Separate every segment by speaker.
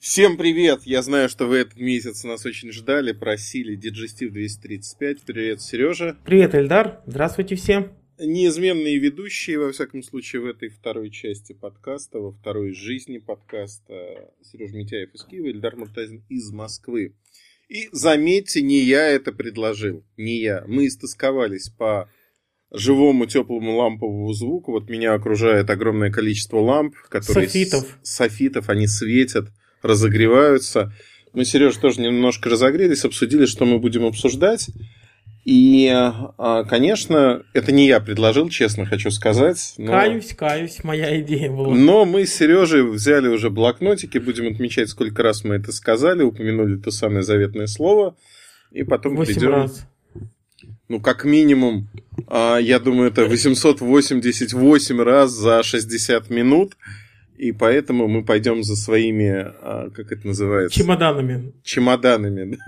Speaker 1: Всем привет! Я знаю, что вы этот месяц нас очень ждали, просили Digestive 235. Привет, Сережа.
Speaker 2: Привет, Эльдар. Здравствуйте всем.
Speaker 1: Неизменные ведущие, во всяком случае, в этой второй части подкаста, во второй жизни подкаста. Сережа Митяев из Киева, Эльдар Муртазин из Москвы. И заметьте, не я это предложил, не я. Мы истосковались по живому, теплому ламповому звуку. Вот меня окружает огромное количество ламп, которые... Софитов, они светят, разогреваются. Мы, Сережа, тоже немножко разогрелись, обсудили, что мы будем обсуждать. И, конечно, это не я предложил, честно хочу сказать.
Speaker 2: Но... Каюсь, моя идея была.
Speaker 1: Но мы с Сережей взяли уже блокнотики, будем отмечать, сколько раз мы это сказали, упомянули то самое заветное слово. И потом
Speaker 2: 8
Speaker 1: придем...
Speaker 2: раз.
Speaker 1: Ну, как минимум, я думаю, это 888 раз за 60 минут. И поэтому мы пойдем за своими, как это называется? Чемоданами.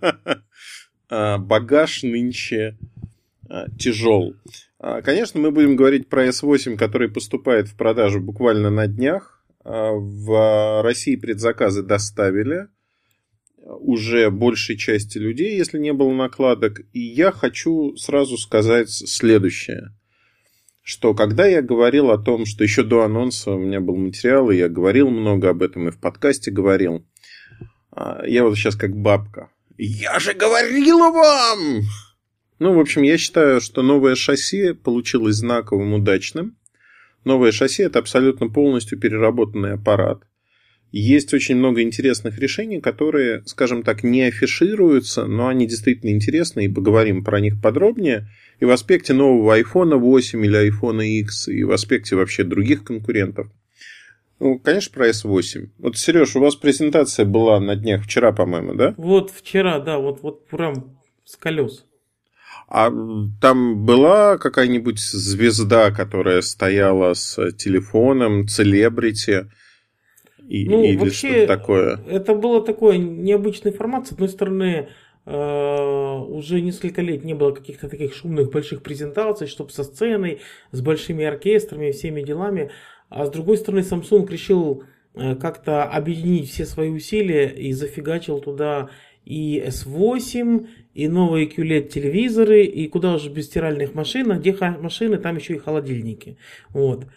Speaker 1: Багаж нынче тяжел. Конечно, мы будем говорить про S8, который поступает в продажу буквально на днях. В России предзаказы доставили уже большей части людей, если не было накладок. И я хочу сразу сказать следующее. Что когда я говорил о том, что еще до анонса у меня был материал, и я говорил много об этом, и в подкасте говорил, я вот сейчас как бабка. Я же говорил вам! Ну, в общем, я считаю, что новое шасси получилось знаковым, удачным. Новое шасси – это абсолютно полностью переработанный аппарат. Есть очень много интересных решений, которые, скажем так, не афишируются, но они действительно интересны, и поговорим про них подробнее. И в аспекте нового iPhone 8 или iPhone X, и в аспекте вообще других конкурентов. Ну, конечно, про S8. Вот, Сереж, у вас презентация была на днях, вчера, по-моему, да?
Speaker 2: Вот вчера, да, вот прям с колес.
Speaker 1: А там была какая-нибудь звезда, которая стояла с телефоном, селебрити? Или
Speaker 2: вообще,
Speaker 1: что-то такое?
Speaker 2: Это было такое необычная информация. С одной стороны, уже несколько лет не было каких-то таких шумных больших презентаций, чтобы со сценой, с большими оркестрами, всеми делами. А с другой стороны, Samsung решил как-то объединить все свои усилия и зафигачил туда и S8, и новые QLED телевизоры, и куда уже без стиральных машин, а где машины, там еще и холодильники. Вот.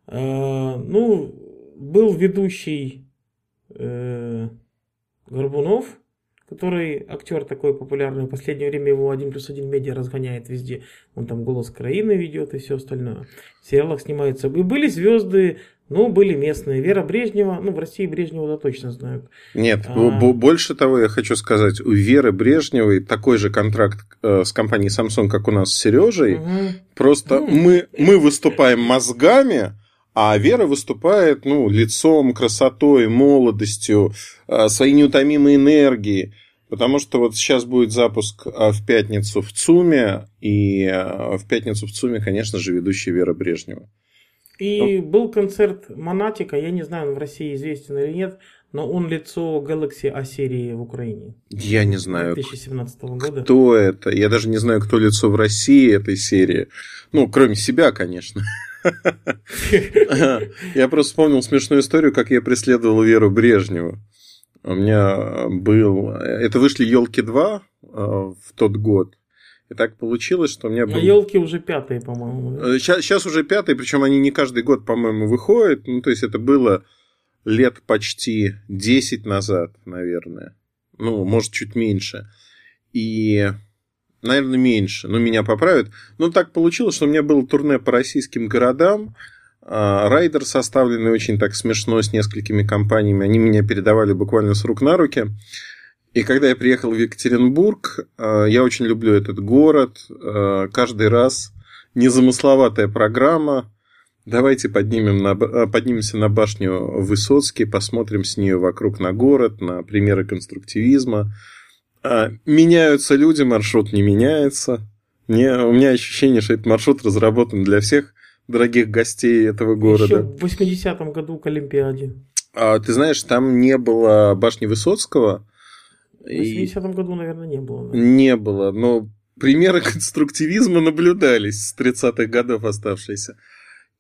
Speaker 2: Был ведущий Горбунов, который актер такой популярный. В последнее время его 1+1 медиа разгоняет везде. Он там «Голос Украины» ведет и все остальное. В сериалах снимается. И были звезды, были местные. Вера Брежнева, в России Брежнева точно знают.
Speaker 1: Нет, больше того я хочу сказать. У Веры Брежневой такой же контракт с компанией Samsung, как у нас с Сережей. Угу. Просто мы выступаем мозгами, а Вера выступает лицом, красотой, молодостью, своей неутомимой энергией. Потому что вот сейчас будет запуск в пятницу в ЦУМе, и в пятницу в ЦУМе, конечно же, ведущая Вера Брежнева.
Speaker 2: И был концерт Монатика, я не знаю, он в России известен или нет, но он лицо Galaxy A серии в Украине.
Speaker 1: Я не знаю,
Speaker 2: 2017 года.
Speaker 1: Кто это. Я даже не знаю, кто лицо в России этой серии. Кроме себя, конечно. Я просто вспомнил смешную историю, как я преследовал Веру Брежневу. У меня был... Это вышли «Елки 2» в тот год. И так получилось, что у меня был...
Speaker 2: А «Елки» уже 5-е, по-моему. Да?
Speaker 1: Сейчас уже 5-е, причем они не каждый год, по-моему, выходят. То есть, это было лет почти 10 назад, наверное. Может, чуть меньше. И... Наверное, меньше. Меня поправят. Так получилось, что у меня было турне по российским городам. Райдер, составленный очень так смешно с несколькими компаниями. Они меня передавали буквально с рук на руки. И когда я приехал в Екатеринбург, я очень люблю этот город. Каждый раз незамысловатая программа. Давайте поднимемся на башню Высоцкий, посмотрим с нее вокруг на город, на примеры конструктивизма. Меняются люди, маршрут не меняется. У меня ощущение, что этот маршрут разработан для всех дорогих гостей этого города.
Speaker 2: Еще в 80-м году к Олимпиаде.
Speaker 1: Ты знаешь, там не было башни Высоцкого.
Speaker 2: В 80-м году, наверное, не было. Да?
Speaker 1: Не было, но примеры конструктивизма наблюдались с 30-х годов оставшиеся.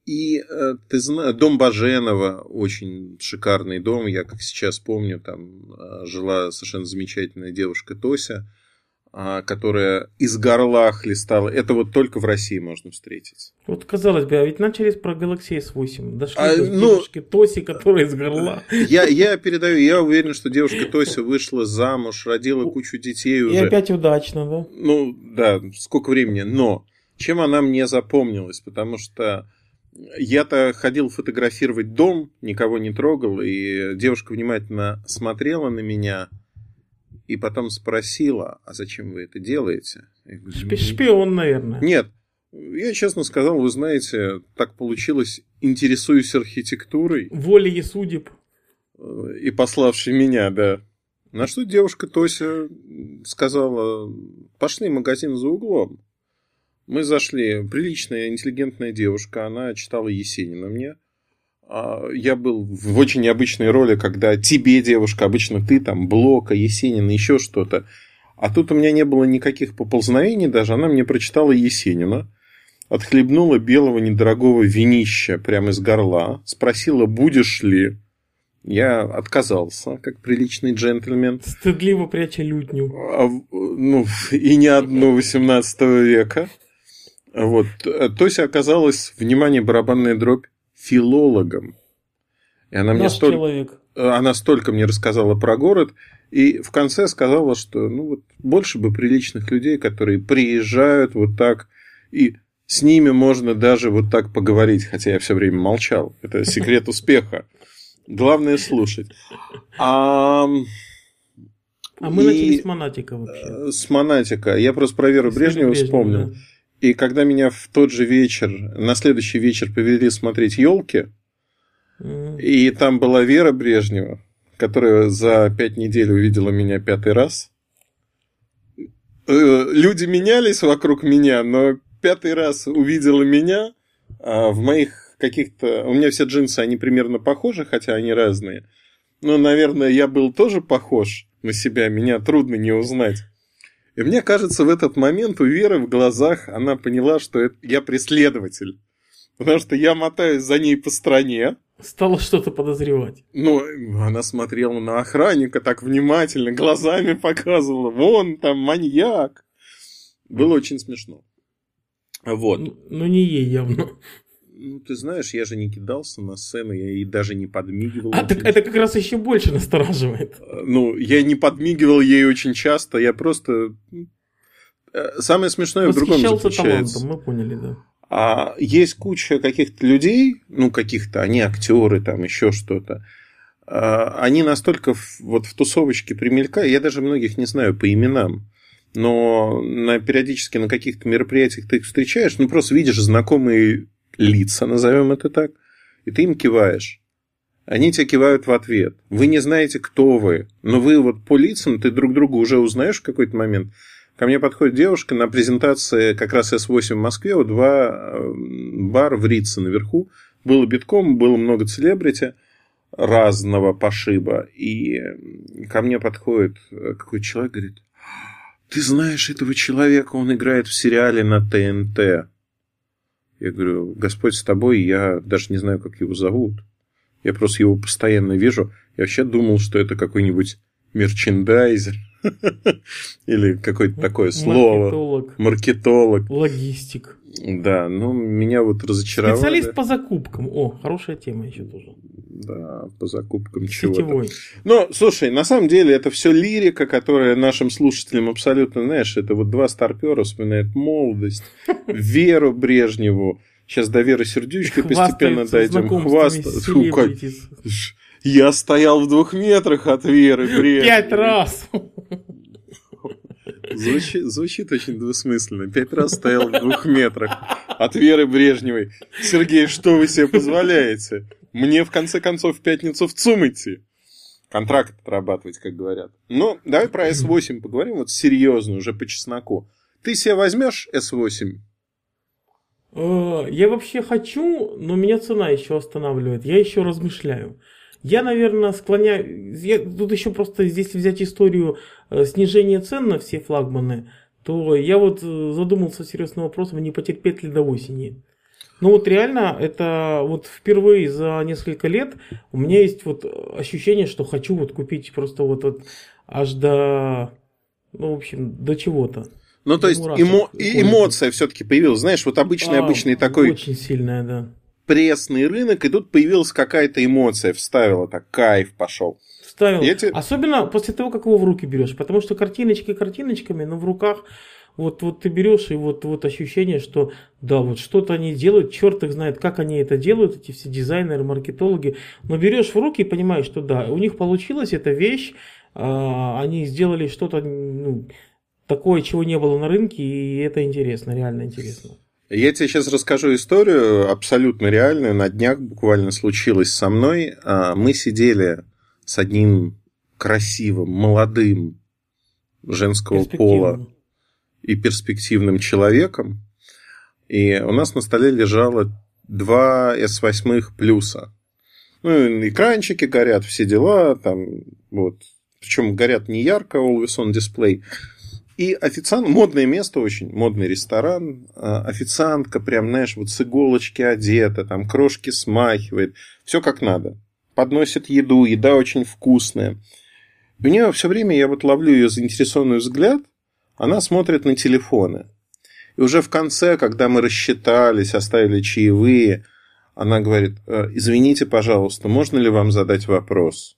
Speaker 1: И ты знаешь, дом Баженова, очень шикарный дом. Я, как сейчас помню, там жила совершенно замечательная девушка Тося, которая из горла хлестала. Это вот только в России можно встретить.
Speaker 2: Вот казалось бы, а ведь начали про Galaxy S8. Дошли до девушки Тоси, которая из горла.
Speaker 1: Я передаю, я уверен, что девушка Тося вышла замуж, родила кучу детей уже.
Speaker 2: И опять удачно, да?
Speaker 1: Ну, да, сколько времени. Но чем она мне запомнилась? Потому что я-то ходил фотографировать дом, никого не трогал, и девушка внимательно смотрела на меня и потом спросила, а зачем вы это делаете? Я говорю,
Speaker 2: Шпион, наверное.
Speaker 1: Нет, я честно сказал, вы знаете, так получилось, интересуюсь архитектурой.
Speaker 2: Волей и судеб.
Speaker 1: И пославший меня, да. На что девушка Тося сказала, пошли в магазин за углом. Мы зашли, приличная, интеллигентная девушка, она читала Есенина мне. Я был в очень необычной роли, когда тебе, девушка, обычно ты там, Блока, Есенина, еще что-то. А тут у меня не было никаких поползновений даже, она мне прочитала Есенина, отхлебнула белого недорогого винища прямо из горла, спросила, будешь ли. Я отказался, как приличный джентльмен.
Speaker 2: Стыдливо пряча лютню.
Speaker 1: Ну, и не одну 18 века. Вот. Тося оказалась, внимание, барабанная дробь, филологом. И она мне она столько мне рассказала про город, и в конце сказала, что ну, вот, больше бы приличных людей, которые приезжают вот так, и с ними можно даже вот так поговорить, хотя я все время молчал. Это секрет успеха. Главное слушать.
Speaker 2: Мы начали с Монатика вообще.
Speaker 1: С Монатика. Я просто про Веру Брежневу вспомнил. Да. И когда меня в тот же вечер, на следующий вечер повели смотреть «Елки», и там была Вера Брежнева, которая за 5 недель увидела меня 5-й раз. Люди менялись вокруг меня, но 5-й раз увидела меня в моих каких-то... У меня все джинсы, они примерно похожи, хотя они разные. Но, наверное, я был тоже похож на себя, меня трудно не узнать. И мне кажется, в этот момент у Веры в глазах она поняла, что я преследователь. Потому что я мотаюсь за ней по стране.
Speaker 2: Стала что-то подозревать.
Speaker 1: Ну, она смотрела на охранника так внимательно, глазами показывала. Вон там маньяк. Было очень смешно. Вот.
Speaker 2: Но не ей явно.
Speaker 1: Ну, ты знаешь, я же не кидался на сцену, я ей даже не подмигивал.
Speaker 2: Так это как раз еще больше настораживает.
Speaker 1: Ну, я не подмигивал ей очень часто, я просто... Самое смешное в другом заключается.
Speaker 2: Талантом, мы поняли, да.
Speaker 1: А есть куча каких-то людей, ну, каких-то, они актеры, там, еще что-то. Они настолько вот в тусовочке примелькают, я даже многих не знаю по именам, но периодически на каких-то мероприятиях ты их встречаешь, ну, просто видишь знакомые лица, назовем это так, и ты им киваешь. Они тебе кивают в ответ. Вы не знаете, кто вы, но вы вот по лицам, ты друг друга уже узнаешь в какой-то момент. Ко мне подходит девушка на презентации как раз S8 в Москве, вот 2 бара в Рице наверху. Было битком, было много селебрити разного пошиба. И ко мне подходит какой-то человек, говорит, ты знаешь этого человека, он играет в сериале на ТНТ. Я говорю, Господь с тобой, я даже не знаю, как его зовут. Я просто его постоянно вижу. Я вообще думал, что это какой-нибудь мерчендайзер. Или какое-то такое слово. Маркетолог.
Speaker 2: Логистик.
Speaker 1: Да, ну, меня вот разочаровали.
Speaker 2: Специалист по закупкам. О, хорошая тема еще тоже.
Speaker 1: Да, по закупкам чего-то. Ну, слушай, на самом деле это все лирика, которая нашим слушателям абсолютно, знаешь, это вот 2 старпера вспоминают молодость, Веру Брежневу. Сейчас до Веры Сердючки постепенно дойдем. Я стоял в 2 метрах от Веры Брежневой.
Speaker 2: 5 раз.
Speaker 1: Звучит очень двусмысленно. 5 раз стоял в 2 метрах от Веры Брежневой. Сергей, что вы себе позволяете? Мне, в конце концов, в пятницу в ЦУМ идти. Контракт отрабатывать, как говорят. Ну, давай про S8 поговорим. Вот серьезно, уже по чесноку. Ты себе возьмешь S8?
Speaker 2: Я вообще хочу, но меня цена еще останавливает. Я еще размышляю. Я, наверное, склоняю... Тут еще просто, если взять историю снижения цен на все флагманы, то я вот задумался серьезным вопросом, не потерпеть ли до осени. Ну вот реально, это вот впервые за несколько лет у меня есть вот ощущение, что хочу вот купить просто вот аж до, ну в общем, до чего-то.
Speaker 1: Ну, то
Speaker 2: До
Speaker 1: есть
Speaker 2: мурашек
Speaker 1: эмоция все-таки появилась. Знаешь, вот обычный такой
Speaker 2: очень сильная, да.
Speaker 1: пресный рынок, и тут появилась какая-то эмоция, вставила так, кайф пошел.
Speaker 2: Вставил. Особенно после того, как его в руки берешь. Потому что картиночки картиночками, но в руках вот ты берешь, и вот ощущение, что да, вот что-то они делают, черт их знает, как они это делают, эти все дизайнеры, маркетологи. Но берешь в руки и понимаешь, что да, у них получилась эта вещь, они сделали что-то такое, чего не было на рынке, и это интересно, реально интересно.
Speaker 1: Я тебе сейчас расскажу историю, абсолютно реальную. На днях буквально случилось со мной. Мы сидели с одним красивым, молодым, женского пола и перспективным человеком. И у нас на столе лежало 2 S8 плюса. Ну, экранчики горят, все дела. Там, вот. Причем горят не ярко, always on display. И официант, модное место очень, модный ресторан, официантка прям, знаешь, вот с иголочки одета, там крошки смахивает, все как надо. Подносит еду, еда очень вкусная. И у нее все время, я вот ловлю ее заинтересованный взгляд, она смотрит на телефоны. И уже в конце, когда мы рассчитались, оставили чаевые, она говорит: извините, пожалуйста, можно ли вам задать вопрос?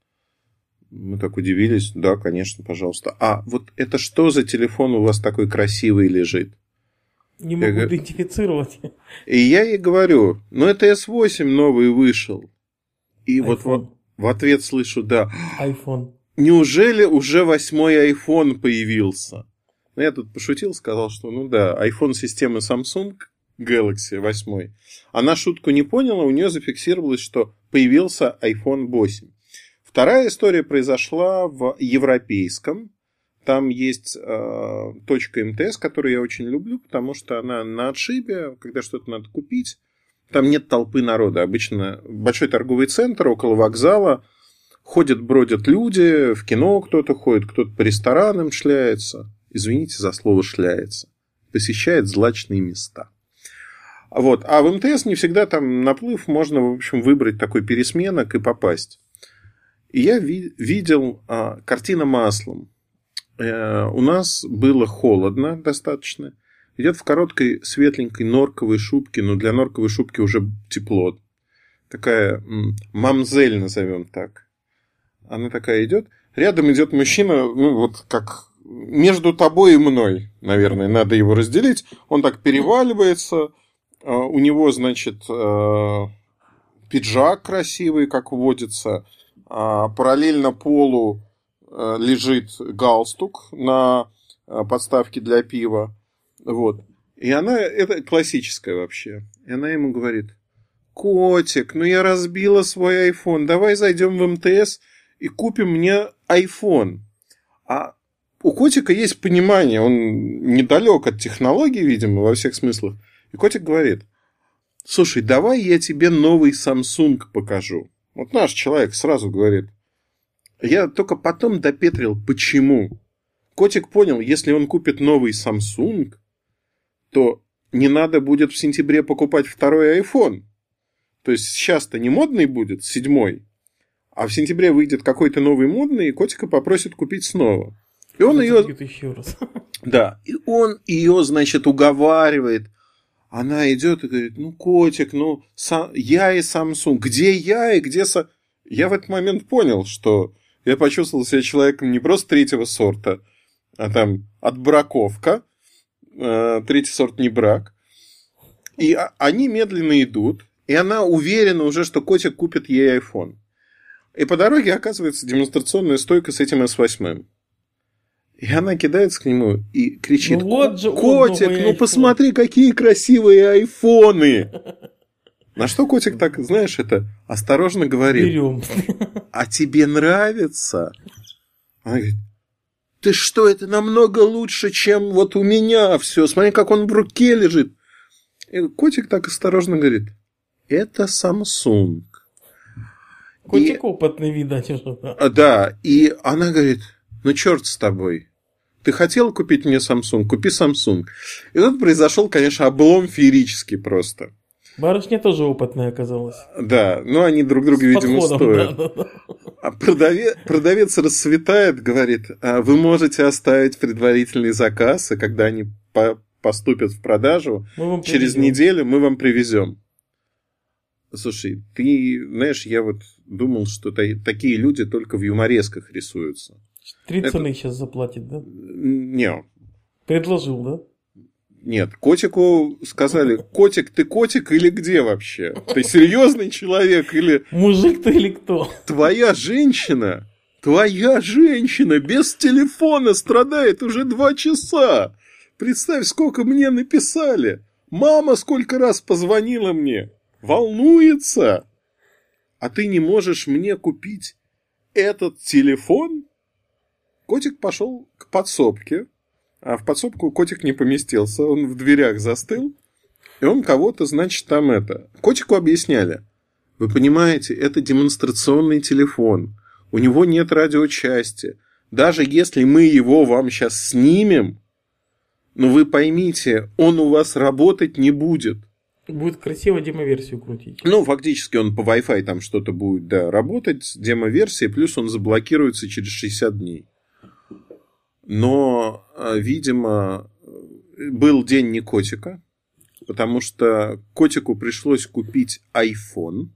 Speaker 1: Мы так удивились. Да, конечно, пожалуйста. А вот это что за телефон у вас такой красивый лежит?
Speaker 2: Не могу идентифицировать.
Speaker 1: И я ей говорю: ну это S8 новый вышел. И iPhone. Вот в ответ слышу: да.
Speaker 2: iPhone.
Speaker 1: Неужели уже 8-й iPhone появился? Ну, я тут пошутил, сказал, что ну да, iPhone системы Samsung Galaxy 8. Она шутку не поняла, у нее зафиксировалось, что появился iPhone 8. Вторая история произошла в европейском. Там есть точка МТС, которую я очень люблю, потому что она на отшибе, когда что-то надо купить. Там нет толпы народа. Обычно большой торговый центр, около вокзала. Ходят, бродят люди, в кино кто-то ходит, кто-то по ресторанам шляется. Извините за слово «шляется». Посещает злачные места. Вот. А в МТС не всегда там наплыв. Можно, в общем, выбрать такой пересменок и попасть. И я видел картина маслом. У нас было холодно достаточно. Идет в короткой светленькой норковой шубке. Но для норковой шубки уже тепло. Такая мамзель, назовем так. Она такая идет. Рядом идет мужчина, ну вот как между тобой и мной, наверное, надо его разделить. Он так переваливается. У него, значит, пиджак красивый, как водится. Параллельно полу лежит галстук на подставке для пива. Вот. И она, это классическая вообще. И она ему говорит: котик, ну я разбила свой iPhone, давай зайдем в МТС и купим мне iPhone. А у котика есть понимание, он недалек от технологий, видимо, во всех смыслах. И котик говорит: слушай, давай я тебе новый Samsung покажу. Вот наш человек сразу говорит. Я только потом допетрил, почему. Котик понял, если он купит новый Samsung, то не надо будет в сентябре покупать второй iPhone. То есть сейчас-то не модный будет, 7-й, а в сентябре выйдет какой-то новый модный, и котика попросит купить снова. И он ее...
Speaker 2: еще раз.
Speaker 1: Да, и он ее, значит, уговаривает. Она идет и говорит: ну, котик, ну, я и Samsung. Где я и где... Я в этот момент понял, что я почувствовал себя человеком не просто третьего сорта, а там отбраковка. Третий сорт не брак. И они медленно идут. И она уверена уже, что котик купит ей iPhone. И по дороге оказывается демонстрационная стойка с этим S8. И она кидается к нему и кричит: ну вот же котик, ну посмотри, какие красивые айфоны. На что котик так, знаешь, это осторожно говорит: берем. А тебе нравится? Она говорит: ты что, это намного лучше, чем вот у меня все. Смотри, как он в руке лежит. И котик так осторожно говорит: это Samsung.
Speaker 2: Котик опытный, видать.
Speaker 1: Да, и она говорит: ну, черт с тобой. Ты хотел купить мне Samsung? Купи Samsung. И тут произошел, конечно, облом феерический просто.
Speaker 2: Барышня тоже опытная оказалась.
Speaker 1: Да, но они друг друга, видимо, стоят. А продавец расцветает, говорит, вы можете оставить предварительный заказ, и когда они поступят в продажу, через неделю мы вам привезем. Слушай, ты знаешь, я вот думал, что такие люди только в юморесках рисуются.
Speaker 2: 3 цены сейчас заплатит, да?
Speaker 1: Не.
Speaker 2: Предложил, да?
Speaker 1: Нет, котику сказали, котик, ты котик или где вообще? Ты серьезный человек или...
Speaker 2: Мужик ты или кто?
Speaker 1: Твоя женщина без телефона страдает уже 2 часа. Представь, сколько мне написали. Мама сколько раз позвонила мне. Волнуется. А ты не можешь мне купить этот телефон? Котик пошел к подсобке. А в подсобку котик не поместился. Он в дверях застыл. И он кого-то, значит, там это... Котику объясняли. Вы понимаете, это демонстрационный телефон. У него нет радиочасти. Даже если мы его вам сейчас снимем, но вы поймите, он у вас работать не будет.
Speaker 2: Будет красиво демоверсию крутить.
Speaker 1: Ну, фактически он по Wi-Fi там что-то будет, да, работать, демоверсия, плюс он заблокируется через 60 дней. Но, видимо, был день не котика, потому что котику пришлось купить iPhone.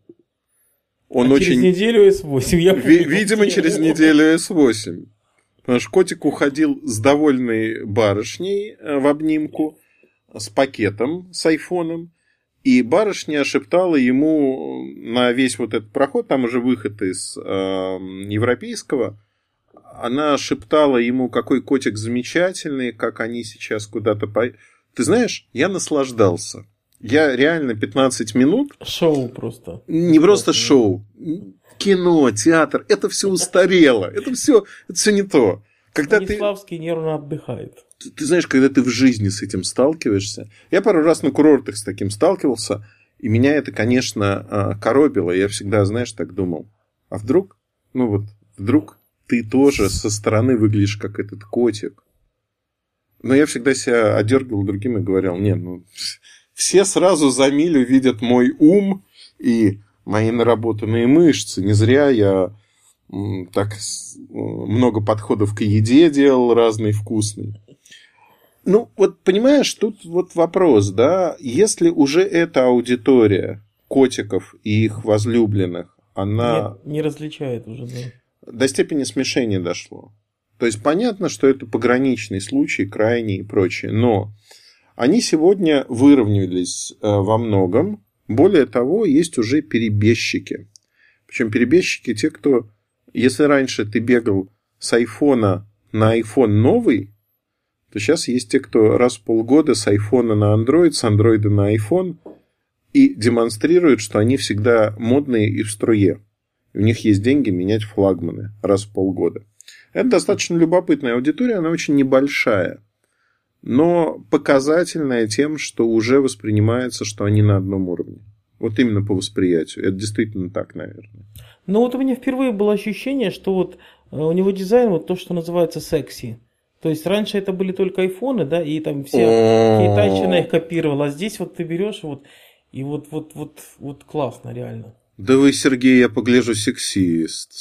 Speaker 1: Он
Speaker 2: через неделю S8, я помню.
Speaker 1: Видимо, через неделю S8. Потому что котик уходил с довольной барышней в обнимку, с пакетом, с айфоном. И барышня шептала ему на весь вот этот проход, там уже выход из европейского, она шептала ему, какой котик замечательный, как они сейчас куда-то... Ты знаешь, я наслаждался. Я реально 15 минут...
Speaker 2: Шоу просто.
Speaker 1: Не просто шоу. Кино, театр. Это все устарело. Это все не то. Когда
Speaker 2: Станиславский нервно отдыхает.
Speaker 1: Ты знаешь, когда ты в жизни с этим сталкиваешься... Я пару раз на курортах с таким сталкивался, и меня это, конечно, коробило. Я всегда, знаешь, так думал. А вдруг? Ну вот, вдруг ты тоже со стороны выглядишь как этот котик. Но я всегда себя одергивал другим и говорил, нет, ну... Все сразу за милю видят мой ум и мои наработанные мышцы. Не зря я так много подходов к еде делал, разный вкусный. Ну, вот понимаешь, тут вот вопрос, да, если уже эта аудитория котиков и их возлюбленных, она...
Speaker 2: Не различает уже, да.
Speaker 1: До степени смешения дошло. То есть, понятно, что это пограничный случай, крайний и прочее, но... Они сегодня выровнялись во многом. Более того, есть уже перебежчики. Причем перебежчики те, кто... Если раньше ты бегал с айфона на айфон новый, то сейчас есть те, кто раз в полгода с айфона на андроид, с андроида на айфон и демонстрируют, что они всегда модные и в струе. И у них есть деньги менять флагманы раз в полгода. Это достаточно любопытная аудитория, она очень небольшая. Но показательная тем, что уже воспринимается, что они на одном уровне. Вот именно по восприятию. Это действительно так, наверное.
Speaker 2: Но вот у меня впервые было ощущение, что вот у него дизайн вот то, что называется секси. То есть раньше это были только айфоны, да, и там все китайщина их копировала. А здесь вот ты берешь вот и вот классно, реально.
Speaker 1: Да вы, Сергей, я погляжу, сексист,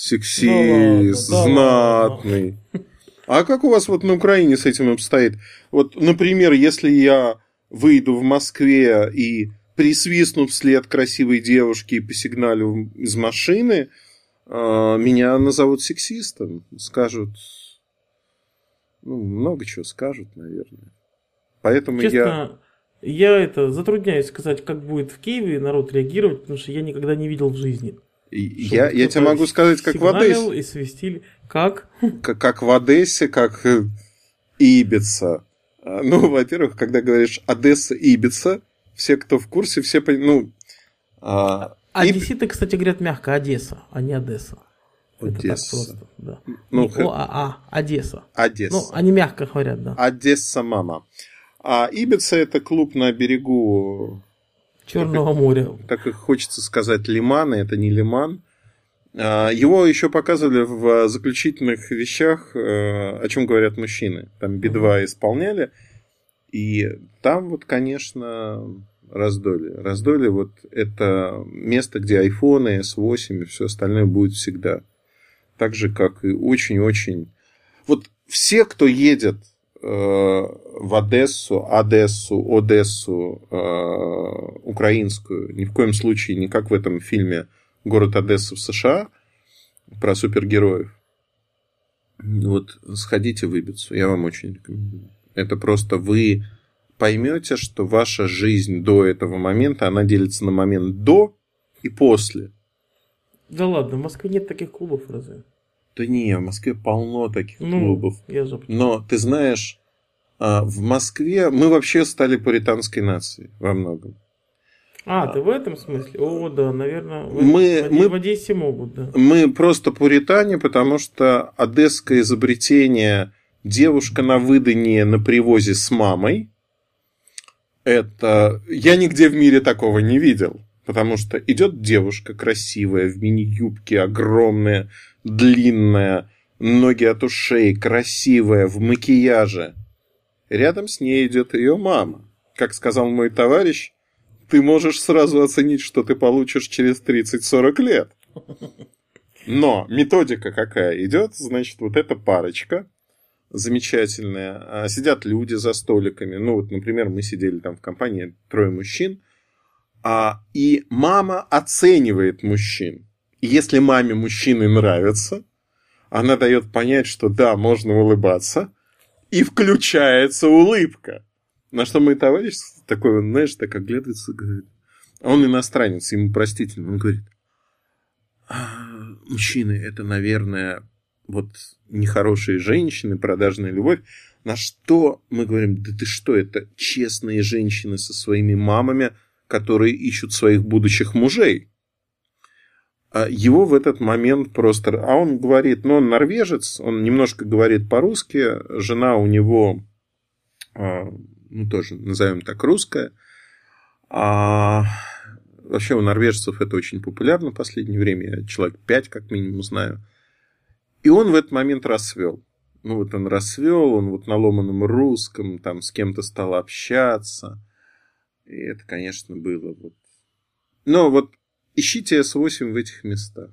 Speaker 1: знатный. А как у вас вот на Украине с этим обстоит? Вот, например, если я выйду в Москве и присвистну вслед красивой девушке и посигналю из машины, меня назовут сексистом. Скажут, много чего скажут, наверное. Поэтому
Speaker 2: честно, я затрудняюсь сказать, как будет в Киеве народ реагировать, потому что я никогда не видел в жизни.
Speaker 1: Я тебе могу сказать, как в Одессе.
Speaker 2: И свистили. Как?
Speaker 1: Как в Одессе, как Ибица. Ну, во-первых, когда говоришь Одесса, Ибица, все, кто в курсе, все понимают.
Speaker 2: Одесситы, кстати, говорят мягко Одесса, а не Одесса.
Speaker 1: Одесса.
Speaker 2: Это так просто, да.
Speaker 1: Одесса.
Speaker 2: Одесса. Ну, они мягко говорят, да.
Speaker 1: Одесса, мама. А Ибица – это клуб на берегу...
Speaker 2: Черного моря.
Speaker 1: Так и хочется сказать лимана, это не лиман. Его еще показывали в заключительных вещах, о чем говорят мужчины. Там Би-2 исполняли. И там вот, конечно, Раздолье. Раздолье вот это место, где айфоны, S8 и все остальное будет всегда. Так же, как и очень-очень... Вот все, кто едет в Одессу, Одессу, украинскую, ни в коем случае не как в этом фильме «Город Одесса» в США про супергероев. Вот сходите в Ибицу, я вам очень рекомендую. Это просто вы поймете, что ваша жизнь до этого момента, она делится на момент до и после.
Speaker 2: Да ладно, в Москве нет таких клубов разве?
Speaker 1: Да не, в Москве полно таких клубов. Но ты знаешь, в Москве мы вообще стали пуританской нацией во многом.
Speaker 2: Ты в этом смысле? О, да, наверное, в Одессе могут, да.
Speaker 1: Мы просто пуритане, потому что одесское изобретение «девушка на выданье на привозе с мамой», это я нигде в мире такого не видел. Потому что идет девушка красивая, в мини-юбке, огромная, длинная, ноги от ушей, красивая, в макияже. Рядом с ней идет ее мама. Как сказал мой товарищ, ты можешь сразу оценить, что ты получишь через 30-40 лет. Но методика какая идет, значит, вот эта парочка замечательная. Сидят люди за столиками. Ну, вот, например, мы сидели там в компании 3 мужчин. И мама оценивает мужчин. И если маме мужчины нравятся, она дает понять, что да, можно улыбаться. И включается улыбка. На что мой товарищ такой, знаешь, так оглядывается и говорит. А он иностранец, ему простительно. Он говорит, мужчины, это, наверное, вот нехорошие женщины, продажная любовь. На что мы говорим, да ты что, это честные женщины со своими мамами, которые ищут своих будущих мужей. Его в этот момент просто... А он говорит, он норвежец, он немножко говорит по-русски, жена у него, тоже назовем так, русская. Вообще у норвежцев это очень популярно в последнее время, я человек 5 как минимум знаю. И он в этот момент расцвел. Он расцвел, он вот на ломаном русском, там с кем-то стал общаться. И это, конечно, было вот... Но вот ищите S8 в этих местах.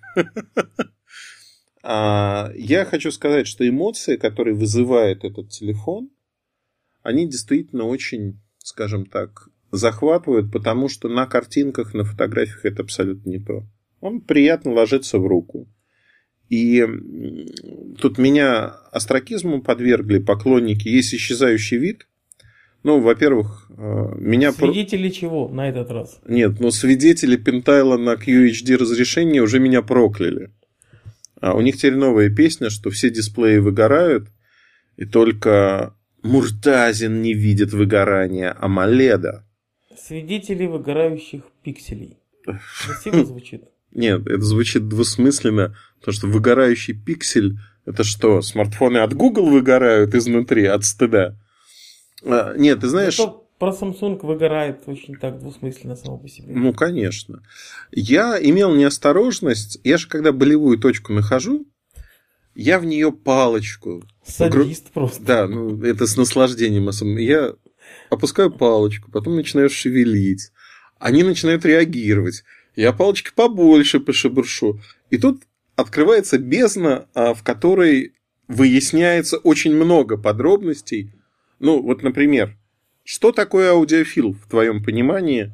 Speaker 1: Я хочу сказать, что эмоции, которые вызывает этот телефон, они действительно очень, скажем так, захватывают, потому что на картинках, на фотографиях это абсолютно не то. Он приятно ложится в руку. И тут меня остракизму подвергли поклонники. Есть исчезающий вид. Во-первых, меня...
Speaker 2: Свидетели чего на этот раз?
Speaker 1: Нет, свидетели Пентайла на QHD разрешении уже меня прокляли. У них теперь новая песня, что все дисплеи выгорают, и только Муртазин не видит выгорания AMOLED.
Speaker 2: Свидетели выгорающих пикселей. Красиво звучит.
Speaker 1: Нет, это звучит двусмысленно, потому что выгорающий пиксель, это что, смартфоны от Google выгорают изнутри, от стыда? Нет, ты знаешь...
Speaker 2: Зато про Samsung выгорает очень так двусмысленно само по себе.
Speaker 1: Конечно. Я имел неосторожность. Я же когда болевую точку нахожу, я в нее палочку...
Speaker 2: Садист просто.
Speaker 1: Да, это с наслаждением. Я опускаю палочку, потом начинаю шевелить. Они начинают реагировать. Я палочкой побольше пошебуршу. И тут открывается бездна, в которой выясняется очень много подробностей. Например, что такое аудиофил в твоем понимании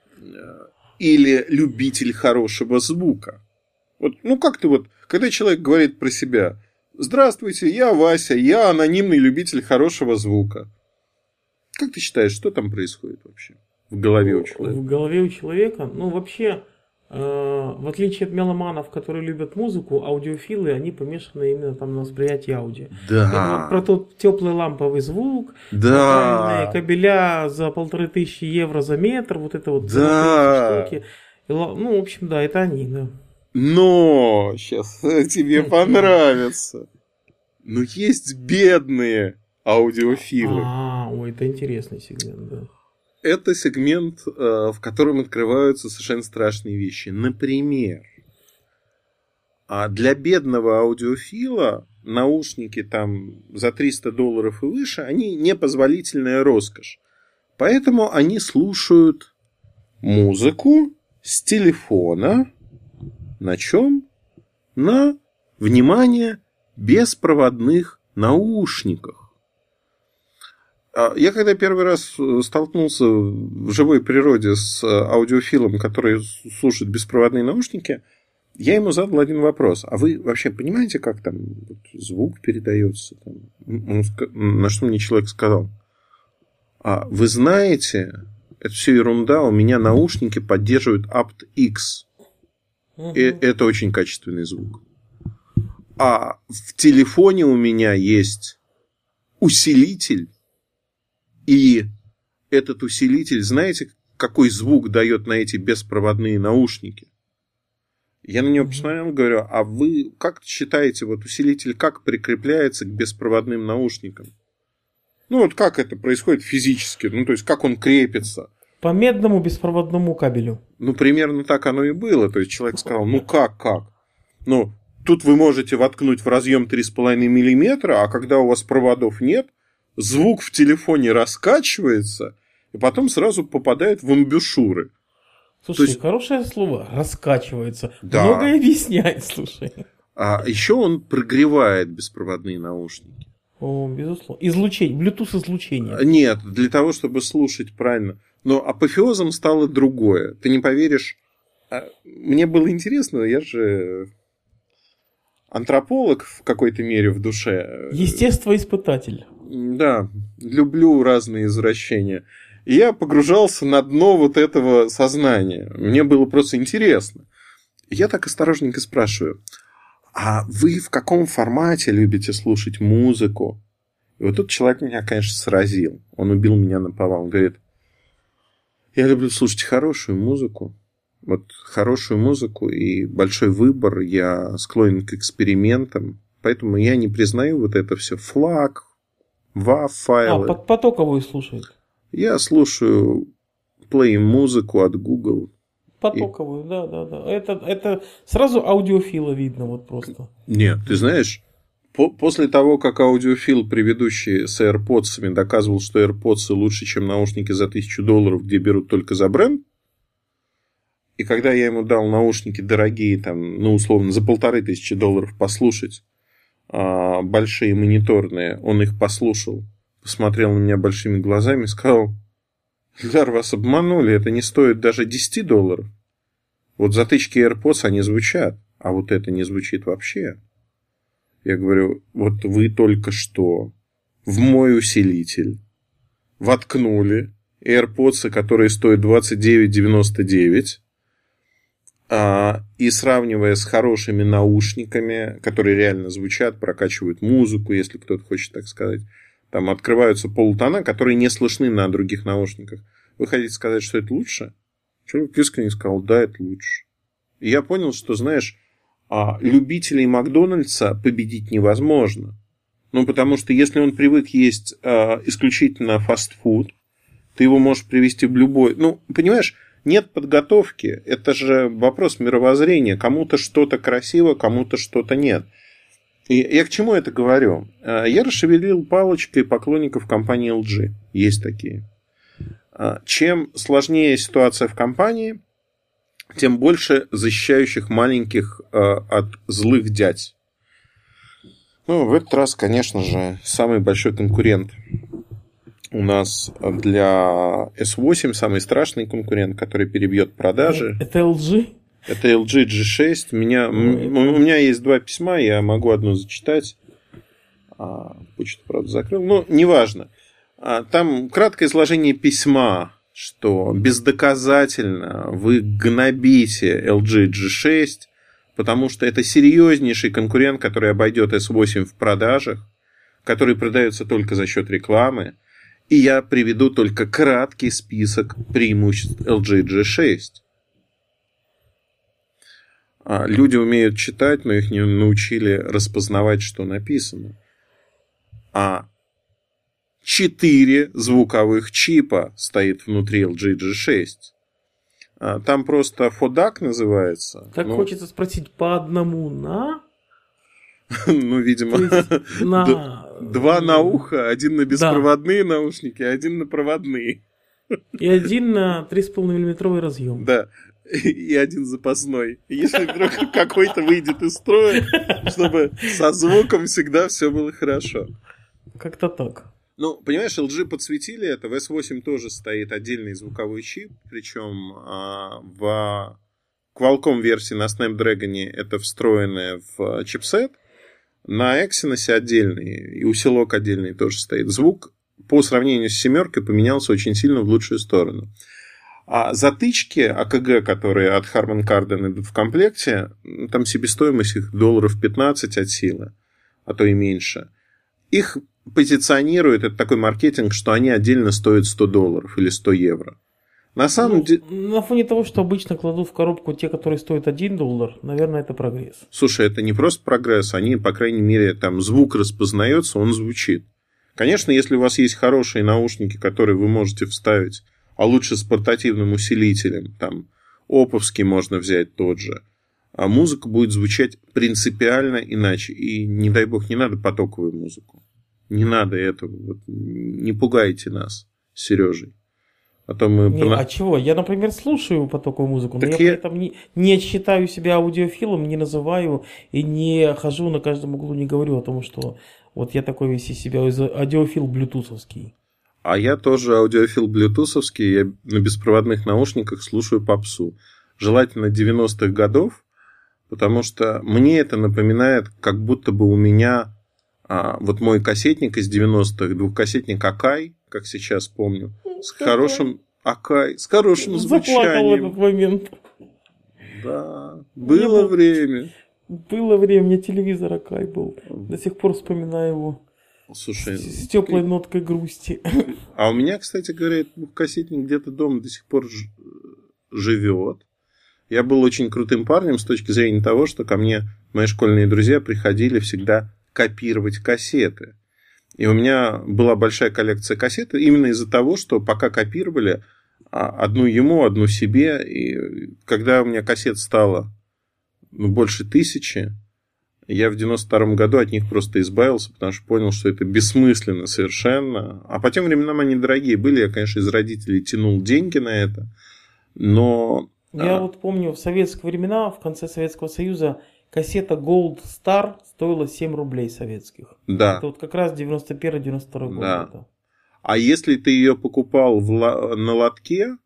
Speaker 1: или любитель хорошего звука? Как ты когда человек говорит про себя, здравствуйте, я Вася, я анонимный любитель хорошего звука. Как ты считаешь, что там происходит вообще в голове у человека?
Speaker 2: В голове у человека, вообще, в отличие от меломанов, которые любят музыку, аудиофилы, они помешаны именно там на восприятии аудио.
Speaker 1: Да.
Speaker 2: Про тот теплый ламповый звук,
Speaker 1: да.
Speaker 2: Кабеля за 1500 евро за метр, вот это вот
Speaker 1: да.
Speaker 2: штуки. В общем, да, это они, да.
Speaker 1: Но сейчас тебе понравится. Но есть бедные аудиофилы.
Speaker 2: Это интересный сегмент, да.
Speaker 1: Это сегмент, в котором открываются совершенно страшные вещи. Например, для бедного аудиофила наушники там за $300 и выше, они непозволительная роскошь. Поэтому они слушают музыку с телефона. На чем? На, внимание, беспроводных наушниках. Я когда первый раз столкнулся в живой природе с аудиофилом, который слушает беспроводные наушники, я ему задал один вопрос. А вы вообще понимаете, как там звук передается? На что мне человек сказал: вы знаете, это все ерунда, у меня наушники поддерживают aptX. Это очень качественный звук. А в телефоне у меня есть усилитель, и этот усилитель, знаете, какой звук дает на эти беспроводные наушники? Я на него посмотрел и говорю: а вы как считаете, вот усилитель как прикрепляется к беспроводным наушникам? Ну, вот как это происходит физически? Ну, то есть, как он крепится?
Speaker 2: По медному беспроводному кабелю.
Speaker 1: Ну, примерно так оно и было. То есть, человек сказал: ну, как? Ну, тут вы можете воткнуть в разъем 3,5 мм, а когда у вас проводов нет, звук в телефоне раскачивается, и потом сразу попадает в амбушюры.
Speaker 2: Слушай, есть... хорошее слово. Раскачивается.
Speaker 1: Да.
Speaker 2: Многое объясняет, слушай.
Speaker 1: А еще он прогревает беспроводные наушники.
Speaker 2: О, безусловно. Излучение, Bluetooth излучение.
Speaker 1: Нет, для того, чтобы слушать правильно. Но апофеозом стало другое. Ты не поверишь. Мне было интересно, я же антрополог в какой-то мере в душе.
Speaker 2: Естествоиспытатель.
Speaker 1: Да, люблю разные извращения. И я погружался на дно вот этого сознания. Мне было просто интересно. Я так осторожненько спрашиваю: а вы в каком формате любите слушать музыку? И вот тут человек меня, конечно, сразил. Он убил меня наповал. Он говорит: я люблю слушать хорошую музыку. Вот хорошую музыку и большой выбор. Я склонен к экспериментам. Поэтому я не признаю вот это все. Флаг, WAV-файлы.
Speaker 2: Потоковую слушает.
Speaker 1: Я слушаю плей-музыку от Google.
Speaker 2: Потоковую, да. Это сразу аудиофила видно, вот просто.
Speaker 1: Нет, ты знаешь, после того, как аудиофил, предыдущий с AirPods, доказывал, что AirPods лучше, чем наушники за $1000, где берут только за бренд, и когда я ему дал наушники дорогие, там, ну, условно, за $1500 послушать, большие мониторные, он их послушал, посмотрел на меня большими глазами и сказал: Ильдар, вас обманули, это не стоит даже $10. Вот затычки AirPods, они звучат, а вот это не звучит вообще. Я говорю: вот вы только что в мой усилитель воткнули AirPods, которые стоят $29,99, и сравнивая с хорошими наушниками, которые реально звучат, прокачивают музыку, если кто-то хочет так сказать, там открываются полутона, которые не слышны на других наушниках. Вы хотите сказать, что это лучше? Человек искренне сказал: да, это лучше. И я понял, что, знаешь, любителей Макдональдса победить невозможно. Ну, потому что если он привык есть исключительно фастфуд, ты его можешь привести в любой... Ну, понимаешь, нет подготовки. Это же вопрос мировоззрения. Кому-то что-то красиво, кому-то что-то нет. И я к чему это говорю? Я расшевелил палочкой поклонников компании LG. Есть такие. Чем сложнее ситуация в компании, тем больше защищающих маленьких от злых дядь. Ну, в этот раз, конечно же, самый большой конкурент у нас для S8, самый страшный конкурент, который перебьет продажи.
Speaker 2: Это LG?
Speaker 1: Это LG G6. У меня есть 2 письма, я могу одно зачитать. Почту, правда, закрыл. Но неважно. Там краткое изложение письма, что бездоказательно вы гнобите LG G6, потому что это серьезнейший конкурент, который обойдет S8 в продажах, который продается только за счет рекламы. И я приведу только краткий список преимуществ LG G6. Люди умеют читать, но их не научили распознавать, что написано. 4 звуковых чипа стоит внутри LG G6. Там просто FODAC называется.
Speaker 2: Так хочется спросить, по одному на?
Speaker 1: Ну, видимо, 2 на ухо, 1 на беспроводные наушники, 1 на проводные.
Speaker 2: И один 3,5-миллиметровый разъем.
Speaker 1: Да. И один запасной. Если вдруг какой-то выйдет из строя, чтобы со звуком всегда все было хорошо.
Speaker 2: Как-то так.
Speaker 1: Ну, понимаешь, LG подсветили это. В S8 тоже стоит отдельный звуковой чип. Причем в Qualcomm версии на Snapdragon это встроенное в чипсет. На Exynos отдельный и усилок отдельный тоже стоит. Звук по сравнению с семеркой поменялся очень сильно в лучшую сторону. А затычки АКГ, которые от Harman Kardon идут в комплекте, там себестоимость их $15 от силы, а то и меньше. Их позиционируют, это такой маркетинг, что они отдельно стоят $100 или 100 евро. На самом деле...
Speaker 2: На фоне того, что обычно кладут в коробку те, которые стоят $1, наверное, это прогресс.
Speaker 1: Слушай, это не просто прогресс, они, по крайней мере, там звук распознается, он звучит. Конечно, если у вас есть хорошие наушники, которые вы можете вставить, а лучше с портативным усилителем, там, оповский можно взять тот же, а музыка будет звучать принципиально иначе. И, не дай бог, не надо потоковую музыку. Не надо этого. Вот, не пугайте нас с Сережей. А то мы...
Speaker 2: А чего? Я, например, слушаю потоковую музыку, но я при этом не считаю себя аудиофилом, не называю и не хожу на каждом углу, не говорю о том, что вот я такой весь из себя аудиофил блютусовский.
Speaker 1: А я тоже аудиофил блютусовский, я на беспроводных наушниках слушаю попсу. Желательно 90-х годов, потому что мне это напоминает, как будто бы у меня вот мой кассетник из 90-х, двухкассетник Акай, как сейчас помню, с хорошим Акай, с хорошим звучанием.
Speaker 2: Заплакал в этот момент.
Speaker 1: Да, было время.
Speaker 2: Было время, у меня телевизор Акай был. До сих пор вспоминаю его.
Speaker 1: Слушай,
Speaker 2: с теплой ноткой грусти.
Speaker 1: А у меня, кстати говоря, этот двухкассетник где-то дома до сих пор живет. Я был очень крутым парнем с точки зрения того, что ко мне мои школьные друзья приходили всегда копировать кассеты. И у меня была большая коллекция кассет именно из-за того, что пока копировали, одну ему, одну себе. И когда у меня кассет стало больше 1000, я в 92-м году от них просто избавился, потому что понял, что это бессмысленно совершенно. А по тем временам они дорогие были. Я, конечно, из родителей тянул деньги на это. Но...
Speaker 2: Я вот помню, в советские времена, в конце Советского Союза, кассета Gold Star стоила 7 рублей советских.
Speaker 1: Да.
Speaker 2: Это вот как раз 91-92 год.
Speaker 1: Да. А если ты ее покупал на лотке,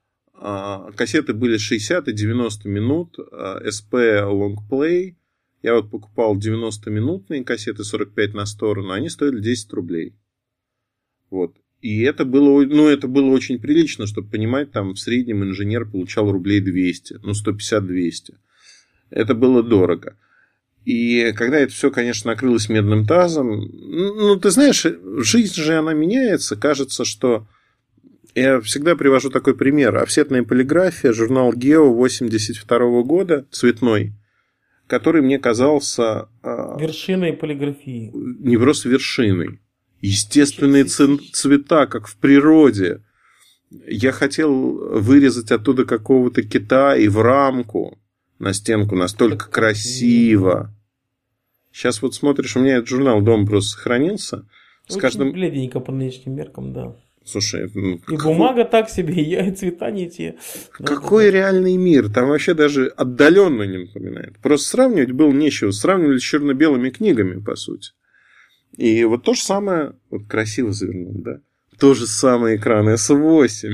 Speaker 1: кассеты были 60 и 90 минут, SP Long Play. Я вот покупал 90-минутные кассеты 45 на сторону, они стоили 10 рублей. Вот. И это было, это было очень прилично, чтобы понимать, там в среднем инженер получал рублей 200, 150-200. Это было дорого. И когда это все, конечно, накрылось медным тазом, ты знаешь, жизнь же она меняется. Кажется, что... Я всегда привожу такой пример. Офсетная полиграфия, журнал Гео 82 года, цветной, который мне казался...
Speaker 2: вершиной полиграфии.
Speaker 1: Не просто вершиной. Естественные цвета, как в природе. Я хотел вырезать оттуда какого-то кита и в рамку на стенку. Настолько красиво. Сейчас вот смотришь, у меня этот журнал дома просто сохранился.
Speaker 2: Очень бледненько по нынешним меркам, да.
Speaker 1: Слушай,
Speaker 2: и бумага так себе, и цвета не те.
Speaker 1: Какой реальный мир? Там вообще даже отдаленно не напоминает. Просто сравнивать было нечего. Сравнивали с черно-белыми книгами, по сути. И вот то же самое... Вот красиво завернул, да? То же самое экран S8.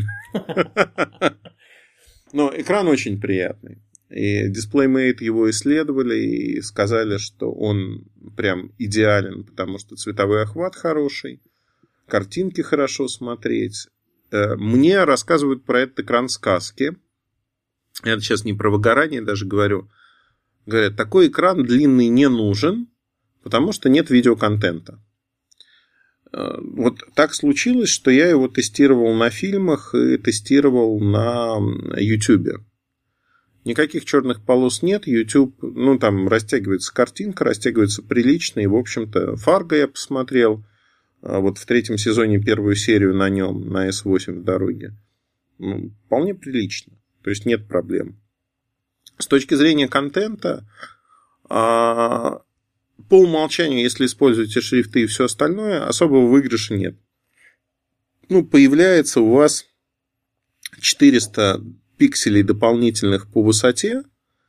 Speaker 1: Но экран очень приятный. И DisplayMate его исследовали и сказали, что он прям идеален, потому что цветовой охват хороший, картинки хорошо смотреть. Мне рассказывают про этот экран сказки. Я сейчас не про выгорание даже говорю. Говорят, такой экран длинный не нужен, потому что нет видеоконтента. Вот так случилось, что я его тестировал на фильмах и тестировал на YouTube. Никаких черных полос нет. YouTube, там растягивается картинка, растягивается прилично. И, в общем-то, Фарго я посмотрел. Вот в 3-м сезоне первую серию на нем, на S8 в дороге. Вполне прилично. То есть нет проблем. С точки зрения контента, по умолчанию, если используете шрифты и все остальное, особого выигрыша нет. Появляется у вас 400 пикселей дополнительных по высоте.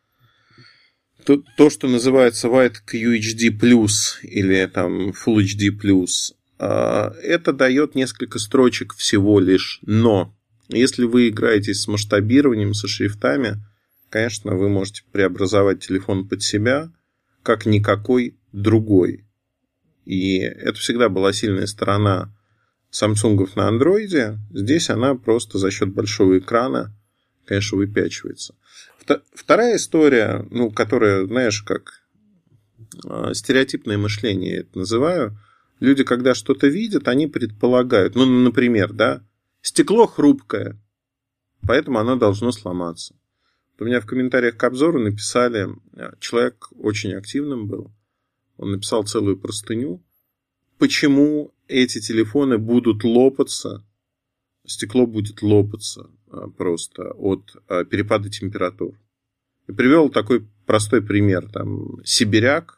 Speaker 1: То, что называется White QHD+, или там Full HD+, это дает несколько строчек всего лишь. Но если вы играетесь с масштабированием, со шрифтами, конечно, вы можете преобразовать телефон под себя, как никакой другой. И это всегда была сильная сторона Самсунгов на андроиде. Здесь она просто за счет большого экрана, конечно, выпячивается. Вторая история, которая, знаешь, как стереотипное мышление я это называю. Люди, когда что-то видят, они предполагают. Например, стекло хрупкое, поэтому оно должно сломаться. У меня в комментариях к обзору написали, человек очень активным был, он написал целую простыню, почему эти телефоны будут лопаться, стекло будет лопаться просто от перепада температур. И привел такой простой пример. Там сибиряк,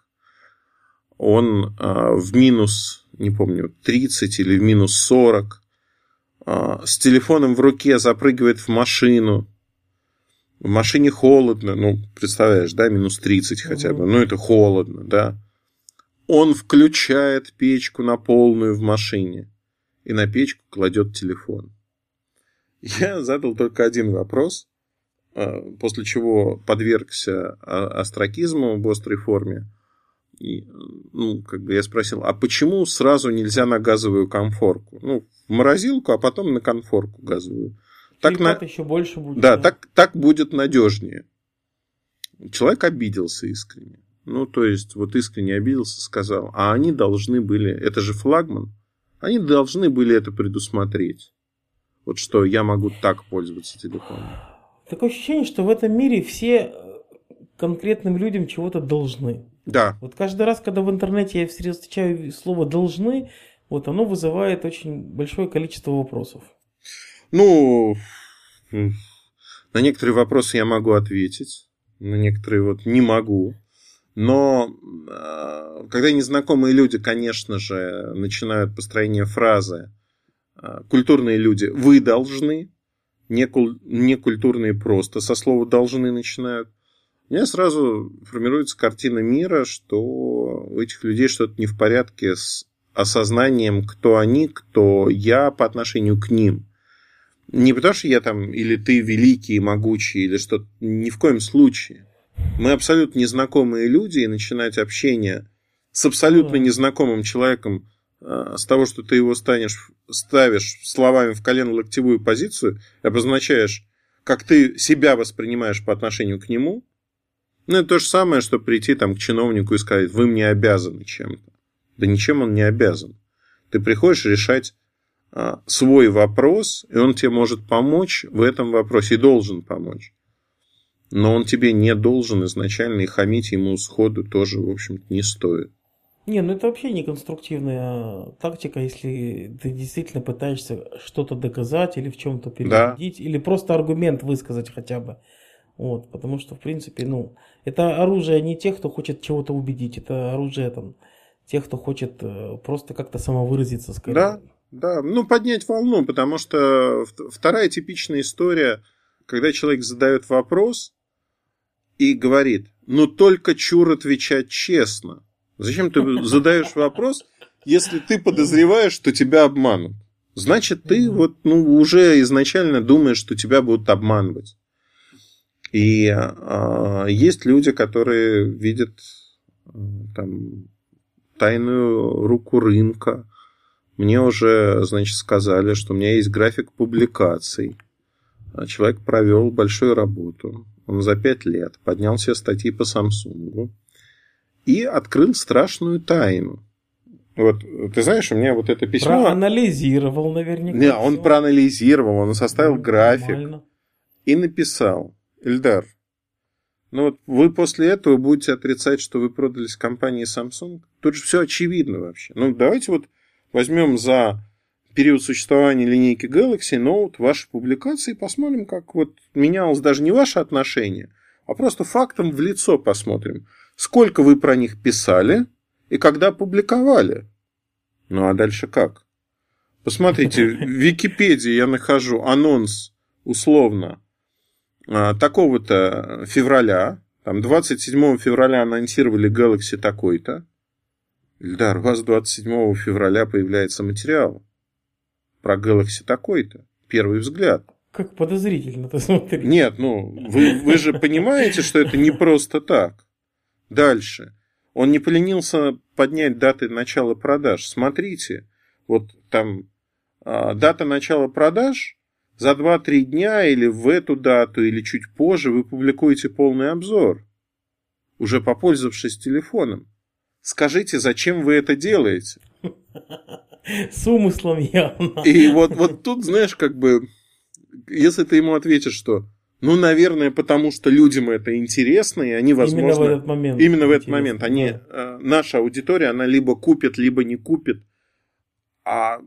Speaker 1: он в минус, не помню, 30 или в минус 40 с телефоном в руке запрыгивает в машину. В машине холодно, представляешь, минус 30 хотя бы, это холодно, Он включает печку на полную в машине и на печку кладет телефон. Я задал только один вопрос, после чего подвергся остракизму в острой форме. И, я спросил, а почему сразу нельзя на газовую конфорку? В морозилку, а потом на конфорку газовую.
Speaker 2: Так еще больше будет.
Speaker 1: Да, так будет надежнее. Человек обиделся искренне. Искренне обиделся, сказал, а они должны были, это же флагман, они должны были это предусмотреть. Что я могу так пользоваться телефоном.
Speaker 2: Такое ощущение, что в этом мире все конкретным людям чего-то должны.
Speaker 1: Да.
Speaker 2: Каждый раз, когда в интернете я встречаю слово «должны», оно вызывает очень большое количество вопросов.
Speaker 1: На некоторые вопросы я могу ответить, на некоторые не могу. Но когда незнакомые люди, конечно же, начинают построение фразы, культурные люди «вы должны», некультурные просто со слова «должны» начинают, у меня сразу формируется картина мира, что у этих людей что-то не в порядке с осознанием, кто они, кто я по отношению к ним. Не потому, что я или ты великий, могучий, или что-то. Ни в коем случае. Мы абсолютно незнакомые люди, и начинать общение с абсолютно незнакомым человеком с того, что ты его ставишь словами в колено-локтевую позицию, обозначаешь, как ты себя воспринимаешь по отношению к нему, это то же самое, что прийти к чиновнику и сказать, вы мне обязаны чем-то. Да ничем он не обязан. Ты приходишь решать свой вопрос, и он тебе может помочь в этом вопросе, и должен помочь. Но он тебе не должен изначально, и хамить ему сходу тоже, в общем-то, не стоит.
Speaker 2: Это вообще не конструктивная тактика, если ты действительно пытаешься что-то доказать или в чем-то переубедить, или просто аргумент высказать хотя бы. Потому что, в принципе, это оружие не тех, кто хочет чего-то убедить, это оружие тех, кто хочет просто как-то самовыразиться, скорее.
Speaker 1: Да, поднять волну, потому что вторая типичная история, когда человек задает вопрос и говорит, только чур отвечать честно. Зачем ты задаешь вопрос, если ты подозреваешь, что тебя обманут? Значит, ты уже изначально думаешь, что тебя будут обманывать. И есть люди, которые видят тайную руку рынка. Мне уже, сказали, что у меня есть график публикаций. Человек провел большую работу. Он за 5 лет поднял все статьи по Samsung и открыл страшную тайну. Ты знаешь, у меня это письмо...
Speaker 2: Проанализировал наверняка.
Speaker 1: Не, он проанализировал, он составил график и написал: Ильдар, вы после этого будете отрицать, что вы продались компании Samsung? Тут же все очевидно вообще. Давайте возьмем за период существования линейки Galaxy Note ваши публикации и посмотрим, как менялось даже не ваше отношение, а просто фактом в лицо посмотрим. Сколько вы про них писали и когда публиковали. А дальше как? Посмотрите, в Википедии я нахожу анонс условно, такого-то февраля, там 27 февраля анонсировали Galaxy такой-то. Ильдар, у вас 27 февраля появляется материал про Galaxy такой-то. Первый взгляд.
Speaker 2: Как подозрительно ты смотришь.
Speaker 1: Нет, вы же понимаете, что это не просто так. Дальше. Он не поленился поднять даты начала продаж. Смотрите, вот там дата начала продаж, за 2-3 дня или в эту дату, или чуть позже вы публикуете полный обзор, уже попользовавшись телефоном. Скажите, зачем вы это делаете?
Speaker 2: С умыслом явно.
Speaker 1: И вот тут, знаешь, как бы, если ты ему ответишь, что, наверное, потому что людям это интересно, и они, возможно...
Speaker 2: Именно в этот момент.
Speaker 1: Именно в этот момент. Наша аудитория, она либо купит, либо не купит. А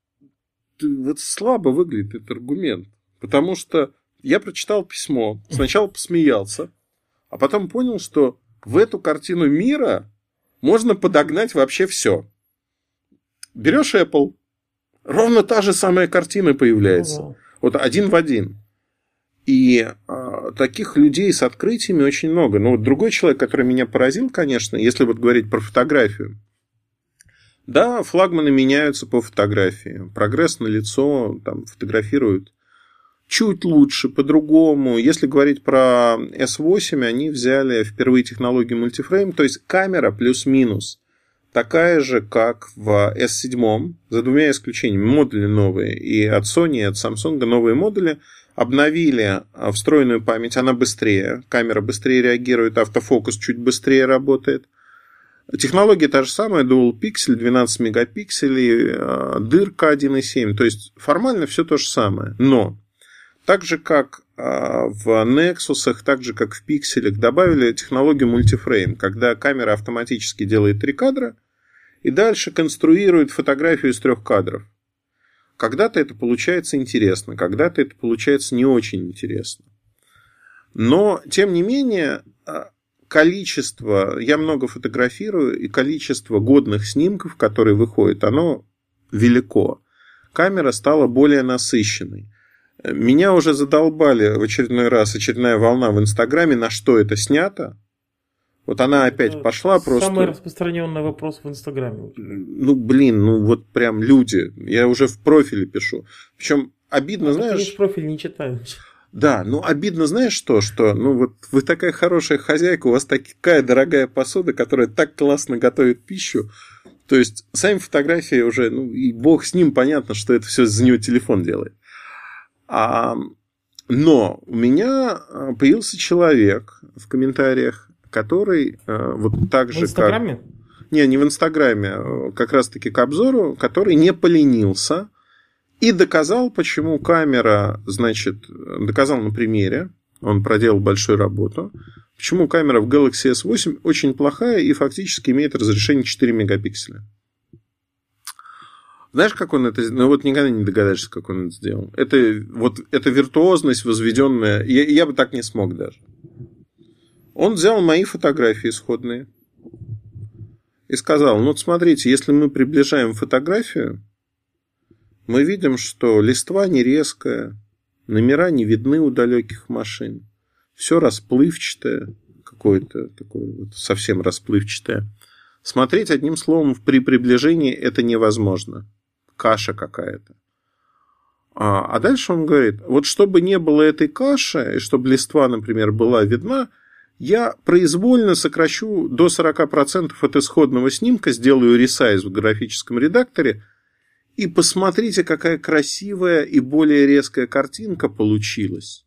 Speaker 1: вот слабо выглядит этот аргумент. Потому что я прочитал письмо, сначала посмеялся, а потом понял, что в эту картину мира можно подогнать вообще все. Берешь Apple, ровно та же самая картина появляется. Вот один в один. И таких людей с открытиями очень много. Но вот другой человек, который меня поразил, конечно, если вот говорить про фотографию. Да, флагманы меняются по фотографии. Прогресс налицо, там фотографируют чуть лучше, по-другому. Если говорить про S8, они взяли впервые технологию мультифрейм, то есть камера плюс-минус такая же, как в S7, за двумя исключениями. Модули новые. И от Sony, и от Samsung новые модули. Обновили встроенную память, она быстрее. Камера быстрее реагирует, автофокус чуть быстрее работает. Технология та же самая, Dual Pixel, 12 мегапикселей, дырка 1.7. То есть формально все то же самое. Но так же, как в Nexus, так же, как в Pixel, добавили технологию мультифрейм, когда камера автоматически делает 3 кадра и дальше конструирует фотографию из 3 кадров. Когда-то это получается интересно, когда-то это получается не очень интересно. Но, тем не менее, количество, я много фотографирую, и количество годных снимков, которые выходят, оно велико. Камера стала более насыщенной. Меня уже задолбали в очередной раз очередная волна в Инстаграме, на что это снято. Вот она опять пошла просто...
Speaker 2: Самый распространенный вопрос в Инстаграме.
Speaker 1: Вот прям люди. Я уже в профиле пишу. Причем обидно, знаешь...
Speaker 2: Я профиль не читаю.
Speaker 1: Да, обидно, знаешь что? Что, вот вы такая хорошая хозяйка, у вас такая дорогая посуда, которая так классно готовит пищу. То есть, сами фотографии уже, и бог с ним, понятно, что это все за него телефон делает. Но у меня появился человек в комментариях, который вот так же,
Speaker 2: в Инстаграме?
Speaker 1: как... Не в Инстаграме, как раз-таки к обзору, который не поленился и доказал, почему камера, доказал на примере, он проделал большую работу, почему камера в Galaxy S8 очень плохая и фактически имеет разрешение 4 мегапикселя. Знаешь, как он это сделал? Вот никогда не догадаешься, как он это сделал. Это виртуозность возведенная. Я бы так не смог даже. Он взял мои фотографии исходные и сказал, смотрите, если мы приближаем фотографию, мы видим, что листва не резкая, номера не видны у далеких машин. Все расплывчатое, какое-то такое совсем расплывчатое. Смотреть одним словом при приближении это невозможно. Каша какая-то. А дальше он говорит, вот чтобы не было этой каши, и чтобы листва, например, была видна, я произвольно сокращу до 40% от исходного снимка, сделаю ресайз в графическом редакторе, и посмотрите, какая красивая и более резкая картинка получилась.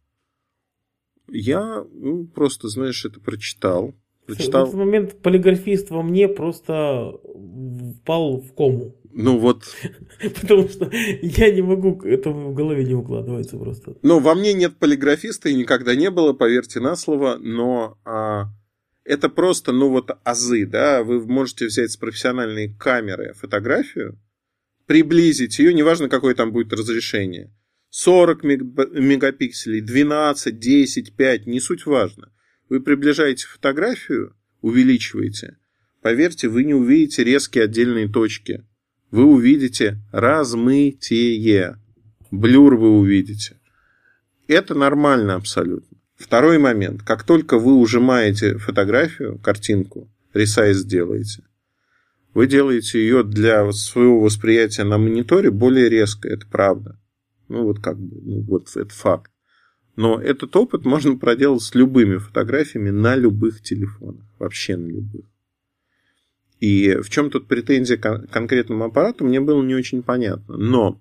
Speaker 1: Я просто, это прочитал.
Speaker 2: В этот момент полиграфист во мне просто впал в кому. Потому что я не могу, это в голове не укладывается просто.
Speaker 1: Во мне нет полиграфиста и никогда не было, поверьте на слово, но это просто, азы, да, вы можете взять с профессиональной камеры фотографию, приблизить ее, неважно, какое там будет разрешение, 40 мегапикселей, 12, 10, 5, не суть важно. Вы приближаете фотографию, увеличиваете, поверьте, вы не увидите резкие отдельные точки. Вы увидите размытие. Блюр вы увидите. Это нормально абсолютно. Второй момент. Как только вы ужимаете фотографию, картинку, ресайз делаете, вы делаете ее для своего восприятия на мониторе более резко. Это правда. Вот это факт. Но этот опыт можно проделать с любыми фотографиями на любых телефонах. Вообще на любых. И в чем тут претензия к конкретному аппарату, мне было не очень понятно. Но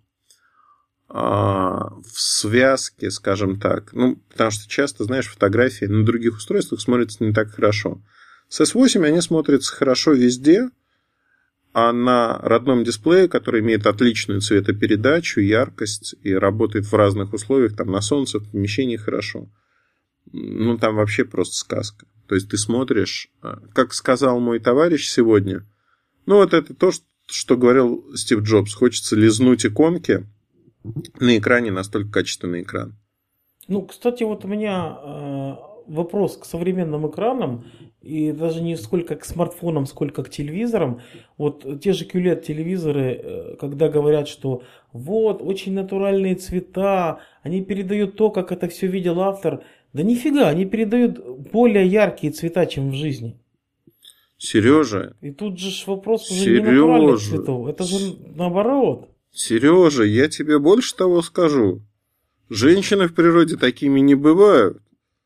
Speaker 1: в связке, скажем так, потому что часто, знаешь, фотографии на других устройствах смотрятся не так хорошо. С S8 они смотрятся хорошо везде, а на родном дисплее, который имеет отличную цветопередачу, яркость и работает в разных условиях, там на солнце, в помещении хорошо. Там вообще просто сказка. То есть ты смотришь, как сказал мой товарищ сегодня, это то, что говорил Стив Джобс. Хочется лизнуть иконки на экране, настолько качественный экран.
Speaker 2: Кстати, вот у меня вопрос к современным экранам, и даже не сколько к смартфонам, сколько к телевизорам. Вот те же QLED-телевизоры, когда говорят, что вот, очень натуральные цвета, они передают то, как это все видел автор. Да нифига, они передают более яркие цвета, чем в жизни.
Speaker 1: Сережа.
Speaker 2: И тут же вопрос уже не натуральных цветов, это же наоборот.
Speaker 1: Сережа, я тебе больше того скажу. Женщины в природе такими не бывают.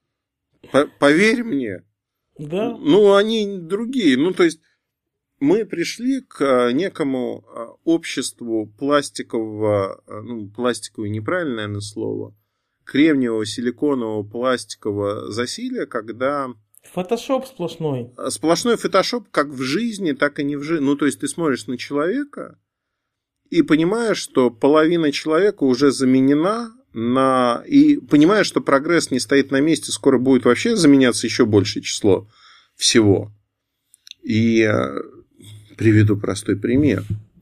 Speaker 1: Поверь мне.
Speaker 2: Да.
Speaker 1: Они другие. То есть, мы пришли к некому обществу пластикового, пластиковое неправильное, наверное, слово, кремниевого, силиконового, пластикового засилия, когда...
Speaker 2: Фотошоп сплошной.
Speaker 1: Сплошной фотошоп как в жизни, так и не в жизни. То есть, ты смотришь на человека и понимаешь, что половина человека уже заменена и понимаешь, что прогресс не стоит на месте, скоро будет вообще заменяться еще большее число всего. И приведу простой пример.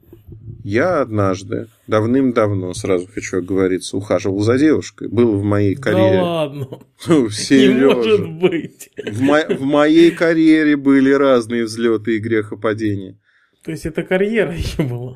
Speaker 1: Я однажды, давным-давно, сразу хочу оговориться, ухаживал за девушкой. Был в моей карьере...
Speaker 2: Да ладно.
Speaker 1: Сережа.
Speaker 2: Не может быть.
Speaker 1: В моей карьере были разные взлеты и грехопадения.
Speaker 2: То есть, это карьера еще была?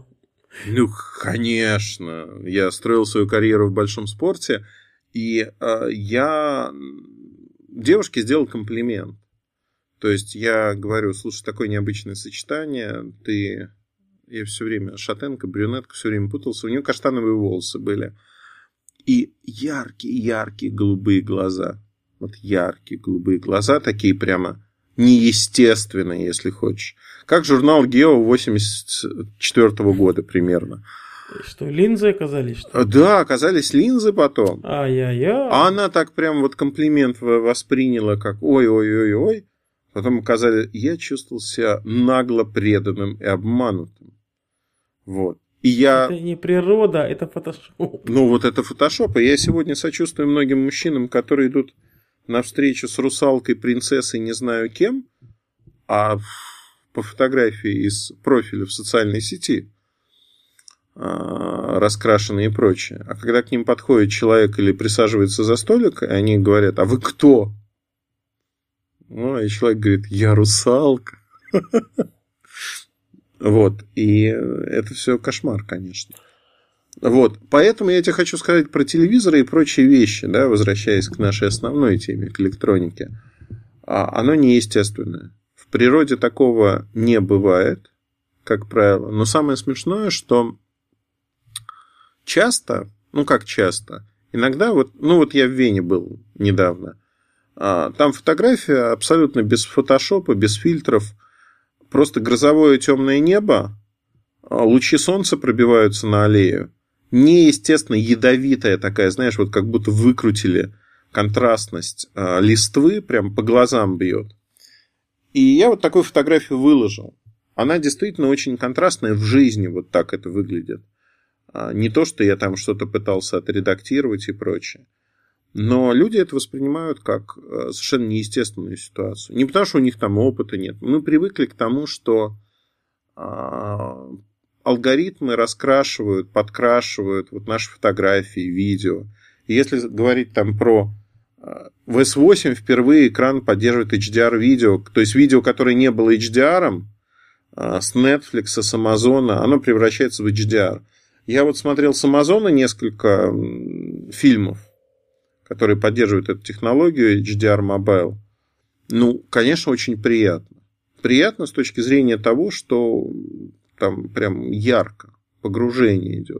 Speaker 1: Конечно. Я строил свою карьеру в большом спорте, и я девушке сделал комплимент. То есть, я говорю, слушай, такое необычное сочетание, Я все время шатенка, брюнетка, все время путался. У нее каштановые волосы были. И яркие голубые глаза. Вот яркие голубые глаза, такие прямо неестественные, если хочешь. Как журнал Гео 84 года примерно.
Speaker 2: Что, линзы оказались? Что?
Speaker 1: Да, оказались линзы потом.
Speaker 2: Ай-яй-яй.
Speaker 1: А она так прям вот комплимент восприняла, как ой-ой-ой-ой. Потом оказались... Я чувствовал себя нагло преданным и обманутым. Вот. И я...
Speaker 2: Это не природа, это фотошоп.
Speaker 1: Это фотошоп. И я сегодня сочувствую многим мужчинам, которые идут на встречу с русалкой, принцессой, не знаю кем, а по фотографии из профиля в социальной сети раскрашенные и прочее. А когда к ним подходит человек или присаживается за столик, и они говорят, а вы кто? И человек говорит, я русалка. И это все кошмар, конечно. Поэтому я тебе хочу сказать про телевизоры и прочие вещи, да, возвращаясь к нашей основной теме, к электронике. Оно неестественное. В природе такого не бывает, как правило. Но самое смешное, что часто, иногда, я в Вене был недавно, там фотография абсолютно без фотошопа, без фильтров, просто грозовое темное небо, лучи солнца пробиваются на аллею, неестественно ядовитая такая, знаешь, вот как будто выкрутили контрастность листвы, прям по глазам бьет. И я вот такую фотографию выложил. Она действительно очень контрастная в жизни, вот так это выглядит. Не то, что я там что-то пытался отредактировать и прочее. Но люди это воспринимают как совершенно неестественную ситуацию. Не потому, что у них там опыта нет. Мы привыкли к тому, что алгоритмы раскрашивают, подкрашивают вот наши фотографии, видео. И если говорить там про в S8 впервые экран поддерживает HDR-видео, то есть видео, которое не было HDR, с Netflix, с Amazon, оно превращается в HDR. Я вот смотрел с Amazon несколько фильмов, которые поддерживают эту технологию HDR Mobile, ну, конечно, очень приятно. Приятно с точки зрения того, что там прям ярко погружение идет.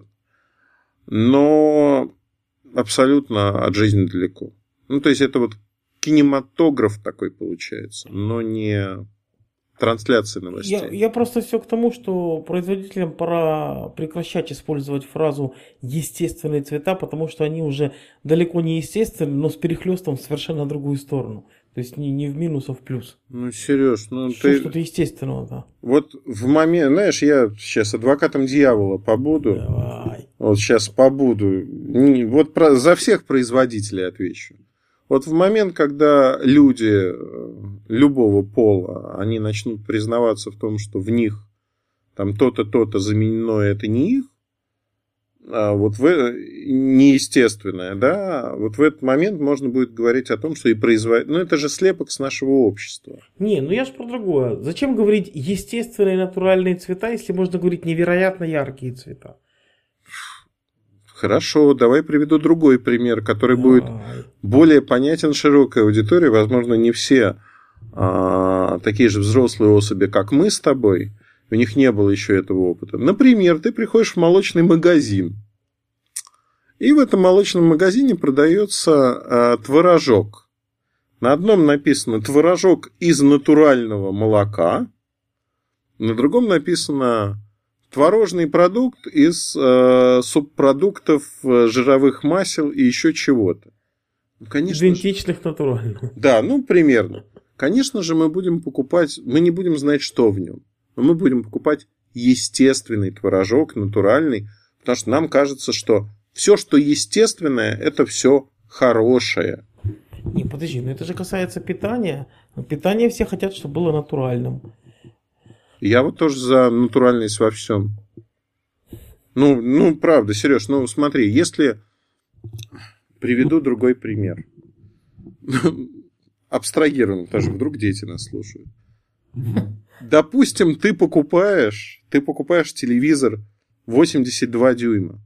Speaker 1: Но абсолютно от жизни далеко. Ну, то есть, это вот кинематограф такой получается, но не трансляция новостей.
Speaker 2: Я просто все к тому, что производителям пора прекращать использовать фразу «естественные цвета», потому что они уже далеко не естественны, но с перехлестом в совершенно другую сторону. То есть не в минус, а в плюс.
Speaker 1: Ну, Сереж, ну
Speaker 2: Что-то естественного, да.
Speaker 1: Вот в момент, знаешь, я сейчас адвокатом дьявола побуду.
Speaker 2: Давай.
Speaker 1: Вот сейчас побуду. Вот за всех производителей отвечу. Вот в момент, когда люди любого пола, они начнут признаваться в том, что в них там то-то, то-то заменено, это не их, а вот неестественное, да, вот в этот момент можно будет говорить о том, что и производить. Ну, это же слепок с нашего общества.
Speaker 2: Не, ну я же про другое. Зачем говорить естественные натуральные цвета, если можно говорить невероятно яркие цвета?
Speaker 1: Хорошо, давай приведу другой пример, который будет более понятен широкой аудитории. Возможно, не все такие же взрослые особи, как мы с тобой. У них не было еще этого опыта. Например, ты приходишь в молочный магазин. И в этом молочном магазине продается творожок. На одном написано «творожок из натурального молока». На другом написано «творожный продукт из субпродуктов жировых масел и еще чего-то». Ну, конечно
Speaker 2: идентичных натуральным.
Speaker 1: Да, ну, примерно. Конечно же, мы будем покупать... Мы не будем знать, что в нем. Но мы будем покупать естественный творожок, натуральный. Потому что нам кажется, что все, что естественное, это все хорошее.
Speaker 2: Не, подожди, но это же касается питания. Питание все хотят, чтобы было натуральным.
Speaker 1: Я вот тоже за натуральность во всем. Ну, правда, Сереж, ну смотри, если приведу другой пример. Абстрагируем, потому что вдруг дети нас слушают. Допустим, ты покупаешь телевизор 82 дюйма.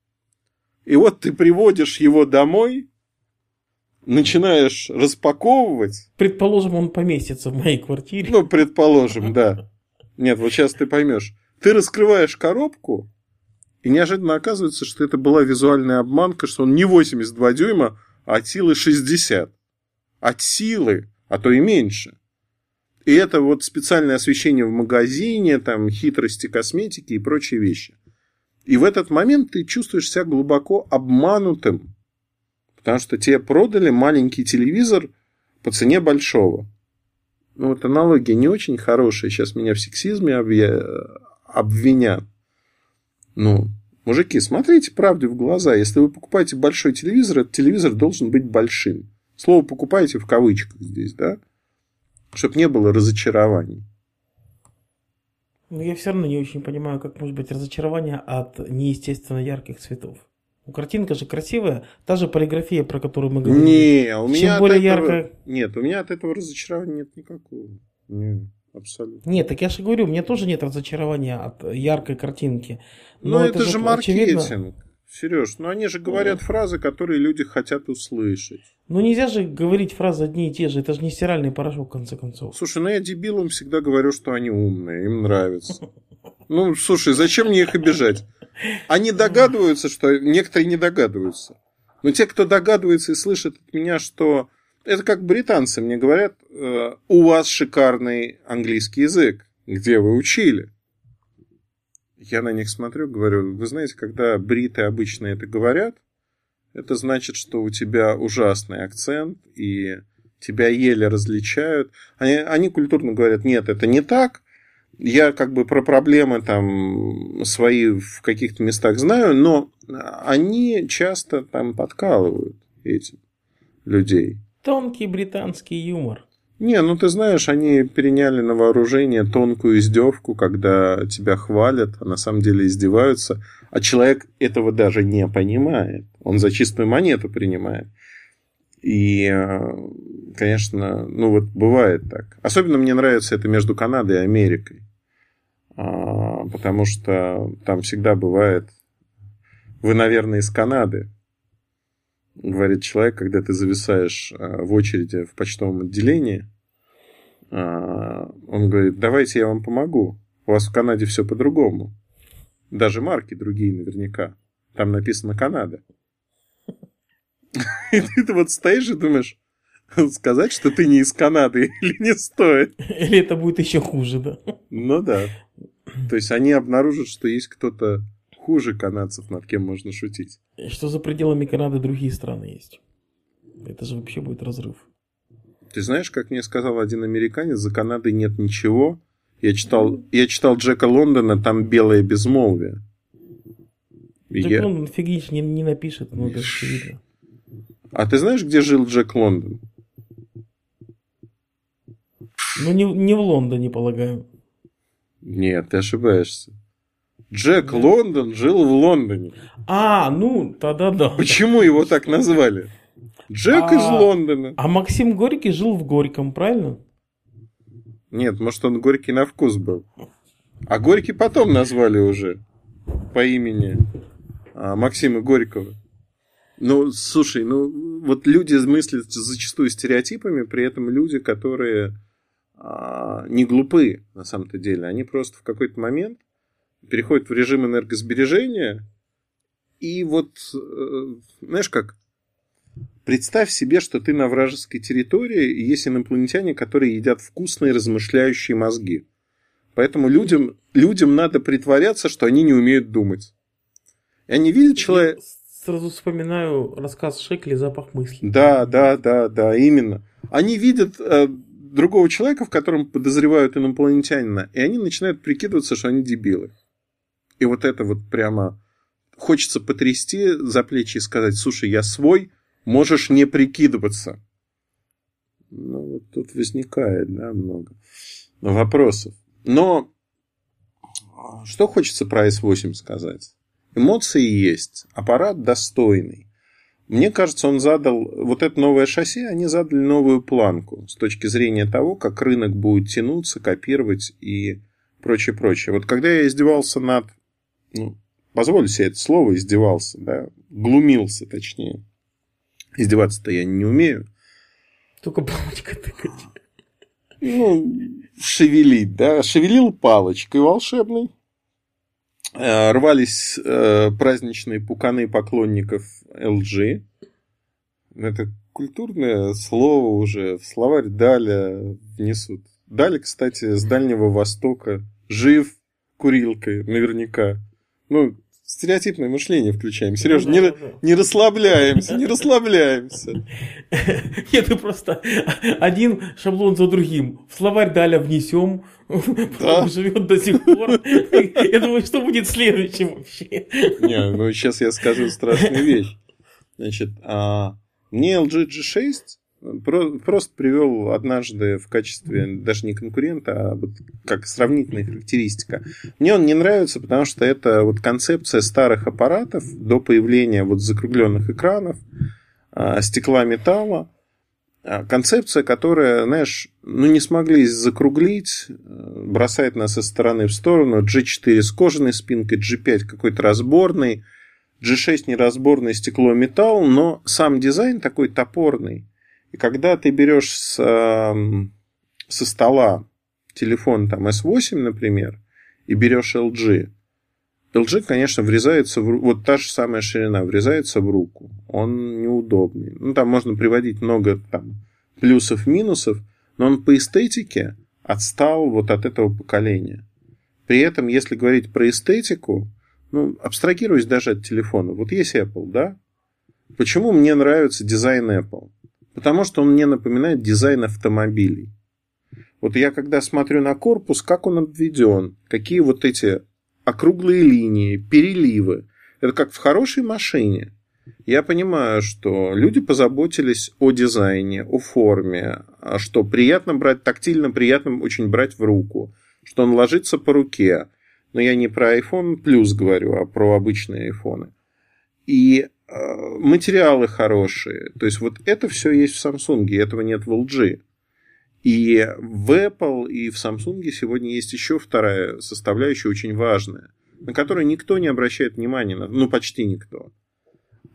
Speaker 1: И вот ты приводишь его домой, начинаешь распаковывать.
Speaker 2: Предположим, он поместится в моей квартире.
Speaker 1: Ну, предположим, да. Нет, вот сейчас ты поймешь. Ты раскрываешь коробку, и неожиданно оказывается, что это была визуальная обманка, что он не 82 дюйма, а от силы 60. От силы, а то и меньше. И это вот специальное освещение в магазине, там хитрости косметики и прочие вещи. И в этот момент ты чувствуешь себя глубоко обманутым. Потому что тебе продали маленький телевизор по цене большого. Ну, вот аналогия не очень хорошая. Сейчас меня в сексизме обвинят. Ну, мужики, смотрите правде в глаза. Если вы покупаете большой телевизор, этот телевизор должен быть большим. Слово «покупаете» в кавычках здесь, да? Чтобы не было разочарований.
Speaker 2: Но я все равно не очень понимаю, как может быть разочарование от неестественно ярких цветов. Картинка же красивая, та же полиграфия, про которую мы говорили.
Speaker 1: Не, у меня
Speaker 2: Чем более яркая...
Speaker 1: Нет, у меня от этого разочарования нет никакого. Нет, абсолютно.
Speaker 2: Нет, так я же говорю, у меня тоже нет разочарования от яркой картинки.
Speaker 1: Но это же маркетинг.
Speaker 2: Очевидно...
Speaker 1: Сереж, ну они же говорят фразы, которые люди хотят услышать.
Speaker 2: Ну нельзя же говорить фразы одни и те же. Это же не стиральный порошок, в конце концов.
Speaker 1: Слушай, ну я дебилам всегда говорю, что они умные, им нравится. Ну, слушай, зачем мне их обижать? Они догадываются, что... Некоторые не догадываются. Но те, кто догадывается и слышит от меня, что... Это как британцы мне говорят, у вас шикарный английский язык. Где вы учили? Я на них смотрю, говорю, вы знаете, когда бриты обычно это говорят, это значит, что у тебя ужасный акцент, и тебя еле различают. Они культурно говорят, нет, это не так. Я как бы про проблемы там свои в каких-то местах знаю, но они часто там подкалывают этим людей.
Speaker 2: Тонкий британский юмор.
Speaker 1: Не, ну ты знаешь, они переняли на вооружение тонкую издевку, когда тебя хвалят, а на самом деле издеваются, а человек этого даже не понимает. Он за чистую монету принимает. И, конечно, ну вот бывает так. Особенно мне нравится это между Канадой и Америкой. Потому что там всегда бывает... Вы, наверное, из Канады. говорит человек, когда ты зависаешь в очереди в почтовом отделении. Он говорит, давайте я вам помогу. У вас в Канаде все по-другому. Даже марки другие наверняка. Там написано «Канада». И ты вот стоишь и думаешь, сказать, что ты не из Канады, или не стоит.
Speaker 2: Или это будет еще хуже, да?
Speaker 1: Ну да. То есть они обнаружат, что есть кто-то хуже канадцев, над кем можно шутить.
Speaker 2: Что за пределами Канады другие страны есть. Это же вообще будет разрыв.
Speaker 1: Ты знаешь, как мне сказал один американец, за Канадой нет ничего. Я читал Джека Лондона, там белое безмолвие.
Speaker 2: Джек Лондон фигнич не напишет, но это очевидно.
Speaker 1: А ты знаешь, где жил Джек Лондон?
Speaker 2: Ну, не в Лондоне, полагаю.
Speaker 1: Нет, ты ошибаешься. Джек Лондон жил в Лондоне.
Speaker 2: Ну, тогда да.
Speaker 1: Почему его так назвали? Джек из Лондона.
Speaker 2: А Максим Горький жил в Горьком, правильно?
Speaker 1: Нет, может, он Горький на вкус был. А Горький потом назвали уже по имени Максима Горького. Ну, слушай, вот люди мыслят зачастую стереотипами, при этом люди, которые не глупы на самом-то деле. Они просто в какой-то момент переходят в режим энергосбережения. И вот, знаешь как, представь себе, что ты на вражеской территории, и есть инопланетяне, которые едят вкусные размышляющие мозги. Поэтому людям надо притворяться, что они не умеют думать. И они видят человека...
Speaker 2: Сразу вспоминаю рассказ Шекли «Запах мысли».
Speaker 1: Да, именно. Они видят другого человека, в котором подозревают инопланетянина, и они начинают прикидываться, что они дебилы. И вот это вот прямо хочется потрясти за плечи и сказать, слушай, я свой, можешь не прикидываться. Ну, вот тут возникает, да, много вопросов. Но что хочется про S8 сказать? Эмоции есть, аппарат достойный. Мне кажется, он задал, вот это новое шасси, они задали новую планку с точки зрения того, как рынок будет тянуться, копировать и прочее. Вот когда я издевался над, позволю себе это слово, издевался, да, глумился точнее. Издеваться-то я не умею.
Speaker 2: Только палочкой тыкать.
Speaker 1: Шевелить, да, шевелил палочкой волшебной. Рвались праздничные пуканы поклонников LG. Это культурное слово уже в словарь Даля внесут. Даль, кстати, с Дальнего Востока. Жив курилкой, наверняка. Стереотипное мышление включаем. Сереж, не расслабляемся.
Speaker 2: Нет, просто один шаблон за другим. В словарь Даля внесем, потом живет до сих пор. Я думаю, что будет следующим вообще.
Speaker 1: Сейчас я скажу страшную вещь. Значит, мне LG G6 просто привел однажды в качестве даже не конкурента, а вот как сравнительная характеристика. Мне он не нравится, потому что это вот концепция старых аппаратов до появления вот закругленных экранов, стекла, металла. Концепция, которая, знаешь, не смогли закруглить, бросает нас из стороны в сторону. G4 с кожаной спинкой, G5 какой-то разборный, G6 неразборный стекло, металл, но сам дизайн такой топорный. И когда ты берешь со стола телефон там S8, например, и берешь LG, конечно, врезается вот та же самая ширина, врезается в руку. Он неудобный. Там можно приводить много плюсов, минусов, но он по эстетике отстал вот от этого поколения. При этом, если говорить про эстетику, абстрагируясь даже от телефона. Вот есть Apple, да? Почему мне нравится дизайн Apple? Потому что он мне напоминает дизайн автомобилей. Вот я когда смотрю на корпус, как он обведен, какие вот эти округлые линии, переливы. Это как в хорошей машине. Я понимаю, что люди позаботились о дизайне, о форме, что приятно брать, тактильно приятно очень брать в руку, что он ложится по руке. Но я не про iPhone Plus говорю, а про обычные айфоны. И материалы хорошие. То есть, вот это все есть в Samsung, этого нет в LG. И в Apple, и в Samsung сегодня есть еще вторая составляющая, очень важная, на которую никто не обращает внимания, почти никто.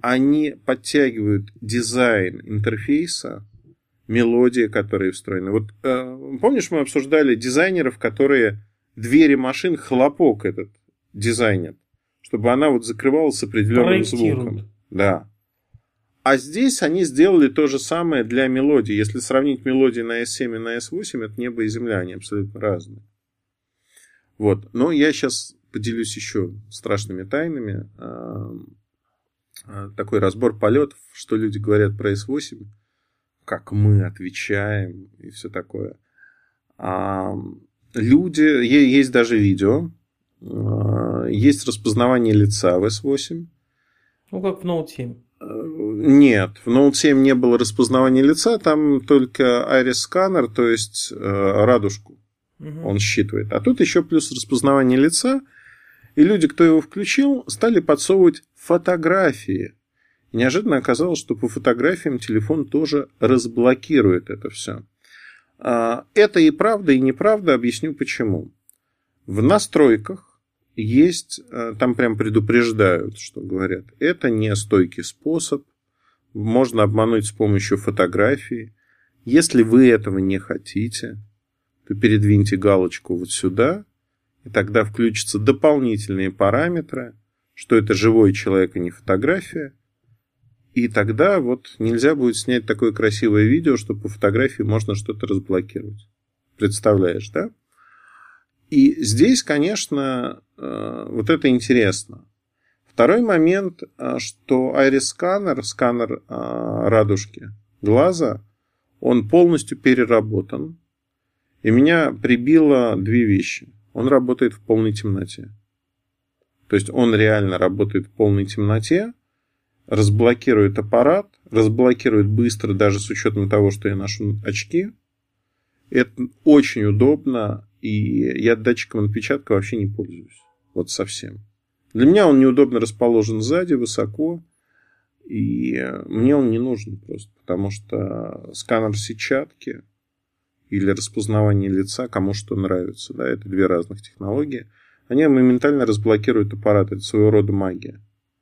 Speaker 1: они подтягивают дизайн интерфейса, мелодии, которые встроены. Вот помнишь, мы обсуждали дизайнеров, которые двери машин хлопок этот дизайнят, чтобы она вот закрывалась с определенным звуком. Да. А здесь они сделали то же самое для мелодий. Если сравнить мелодии на S7 и на S8, это небо и земля, они абсолютно разные. Вот. Но я сейчас поделюсь еще страшными тайнами. Такой разбор полетов, что люди говорят про S8, как мы отвечаем и все такое. Люди, есть даже видео, есть распознавание лица в S8.
Speaker 2: Ну, как в Note 7.
Speaker 1: Нет, в Note 7 не было распознавания лица, там только iris-сканер, то есть радужку он считывает. А тут еще плюс распознавание лица, и люди, кто его включил, стали подсовывать фотографии. И неожиданно оказалось, что по фотографиям телефон тоже разблокирует это все. Это и правда, и неправда, объясню почему. В настройках есть, там прям предупреждают, что говорят, это не стойкий способ, можно обмануть с помощью фотографии. Если вы этого не хотите, то передвиньте галочку вот сюда, и тогда включатся дополнительные параметры, что это живой человек, а не фотография. И тогда вот нельзя будет снять такое красивое видео, что по фотографии можно что-то разблокировать. Представляешь, да? И здесь, конечно, вот это интересно. Второй момент, что iris-сканер, сканер радужки глаза, он полностью переработан. И меня прибило две вещи. Он работает в полной темноте. То есть он реально работает в полной темноте, разблокирует аппарат, разблокирует быстро, даже с учетом того, что я ношу очки. Это очень удобно, и я датчиком отпечатка вообще не пользуюсь. Вот совсем. Для меня он неудобно расположен сзади, высоко, и мне он не нужен просто, потому что сканер сетчатки или распознавание лица, кому что нравится, да, это две разных технологии, они моментально разблокируют аппарат, это своего рода магия.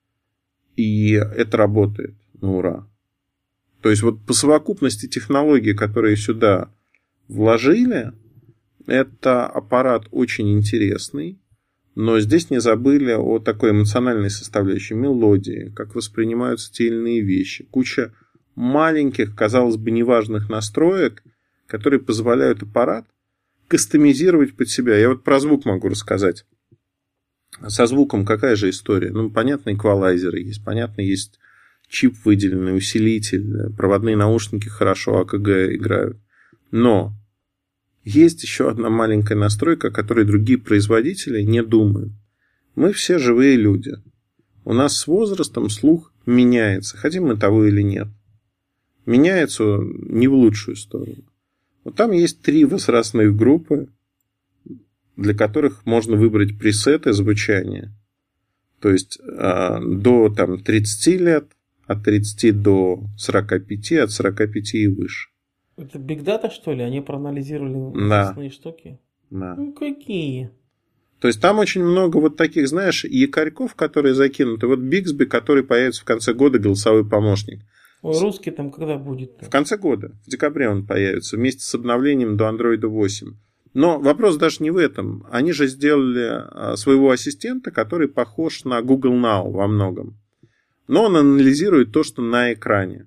Speaker 1: И это работает на ура. То есть вот по совокупности технологий, которые сюда вложили, это аппарат очень интересный, но здесь не забыли о такой эмоциональной составляющей, мелодии, как воспринимаются те или иные вещи. Куча маленьких, казалось бы, неважных настроек, которые позволяют аппарат кастомизировать под себя. Я вот про звук могу рассказать. Со звуком какая же история? Ну, понятно, эквалайзеры есть, понятно, есть чип выделенный, усилитель, проводные наушники хорошо АКГ играют. Но есть еще одна маленькая настройка, о которой другие производители не думают. Мы все живые люди. У нас с возрастом слух меняется, хотим мы того или нет. Меняется не в лучшую сторону. Вот там есть 3 возрастных группы, для которых можно выбрать пресеты звучания. То есть до 30 лет, от 30 до 45, от 45 и выше.
Speaker 2: Это Big Data, что ли? Они проанализировали возрастные штуки?
Speaker 1: Да.
Speaker 2: Ну, какие?
Speaker 1: То есть там очень много вот таких, знаешь, якорьков, которые закинуты. Вот Bixby, который появится в конце года, голосовой помощник.
Speaker 2: Ой, русский там когда будет?
Speaker 1: В конце года, в декабре он появится, вместе с обновлением до Android 8. Но вопрос даже не в этом. Они же сделали своего ассистента, который похож на Google Now во многом. Но он анализирует то, что на экране.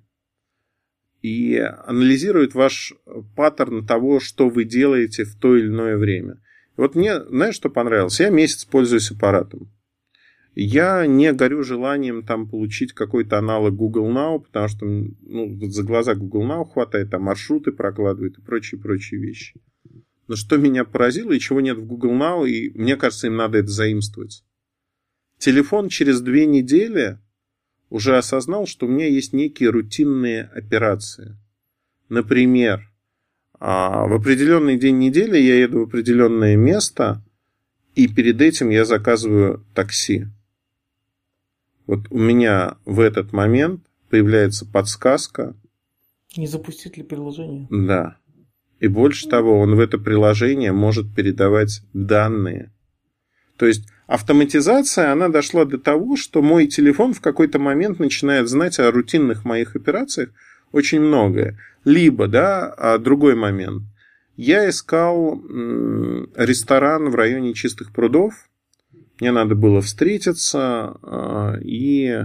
Speaker 1: И анализирует ваш паттерн того, что вы делаете в то или иное время. И вот мне, знаешь, что понравилось? Я месяц пользуюсь аппаратом. Я не горю желанием там получить какой-то аналог Google Now, потому что за глаза Google Now хватает, там маршруты прокладывает и прочие вещи. Но что меня поразило и чего нет в Google Now, и мне кажется, им надо это заимствовать. Телефон через 2 недели уже осознал, что у меня есть некие рутинные операции. Например, в определенный день недели я еду в определенное место, и перед этим я заказываю такси. Вот у меня в этот момент появляется подсказка.
Speaker 2: Не запустить ли приложение?
Speaker 1: Да. И больше того, он в это приложение может передавать данные. То есть Автоматизация, она дошла до того, что мой телефон в какой-то момент начинает знать о рутинных моих операциях очень многое. Либо, да, другой момент. Я искал ресторан в районе Чистых прудов. Мне надо было встретиться, и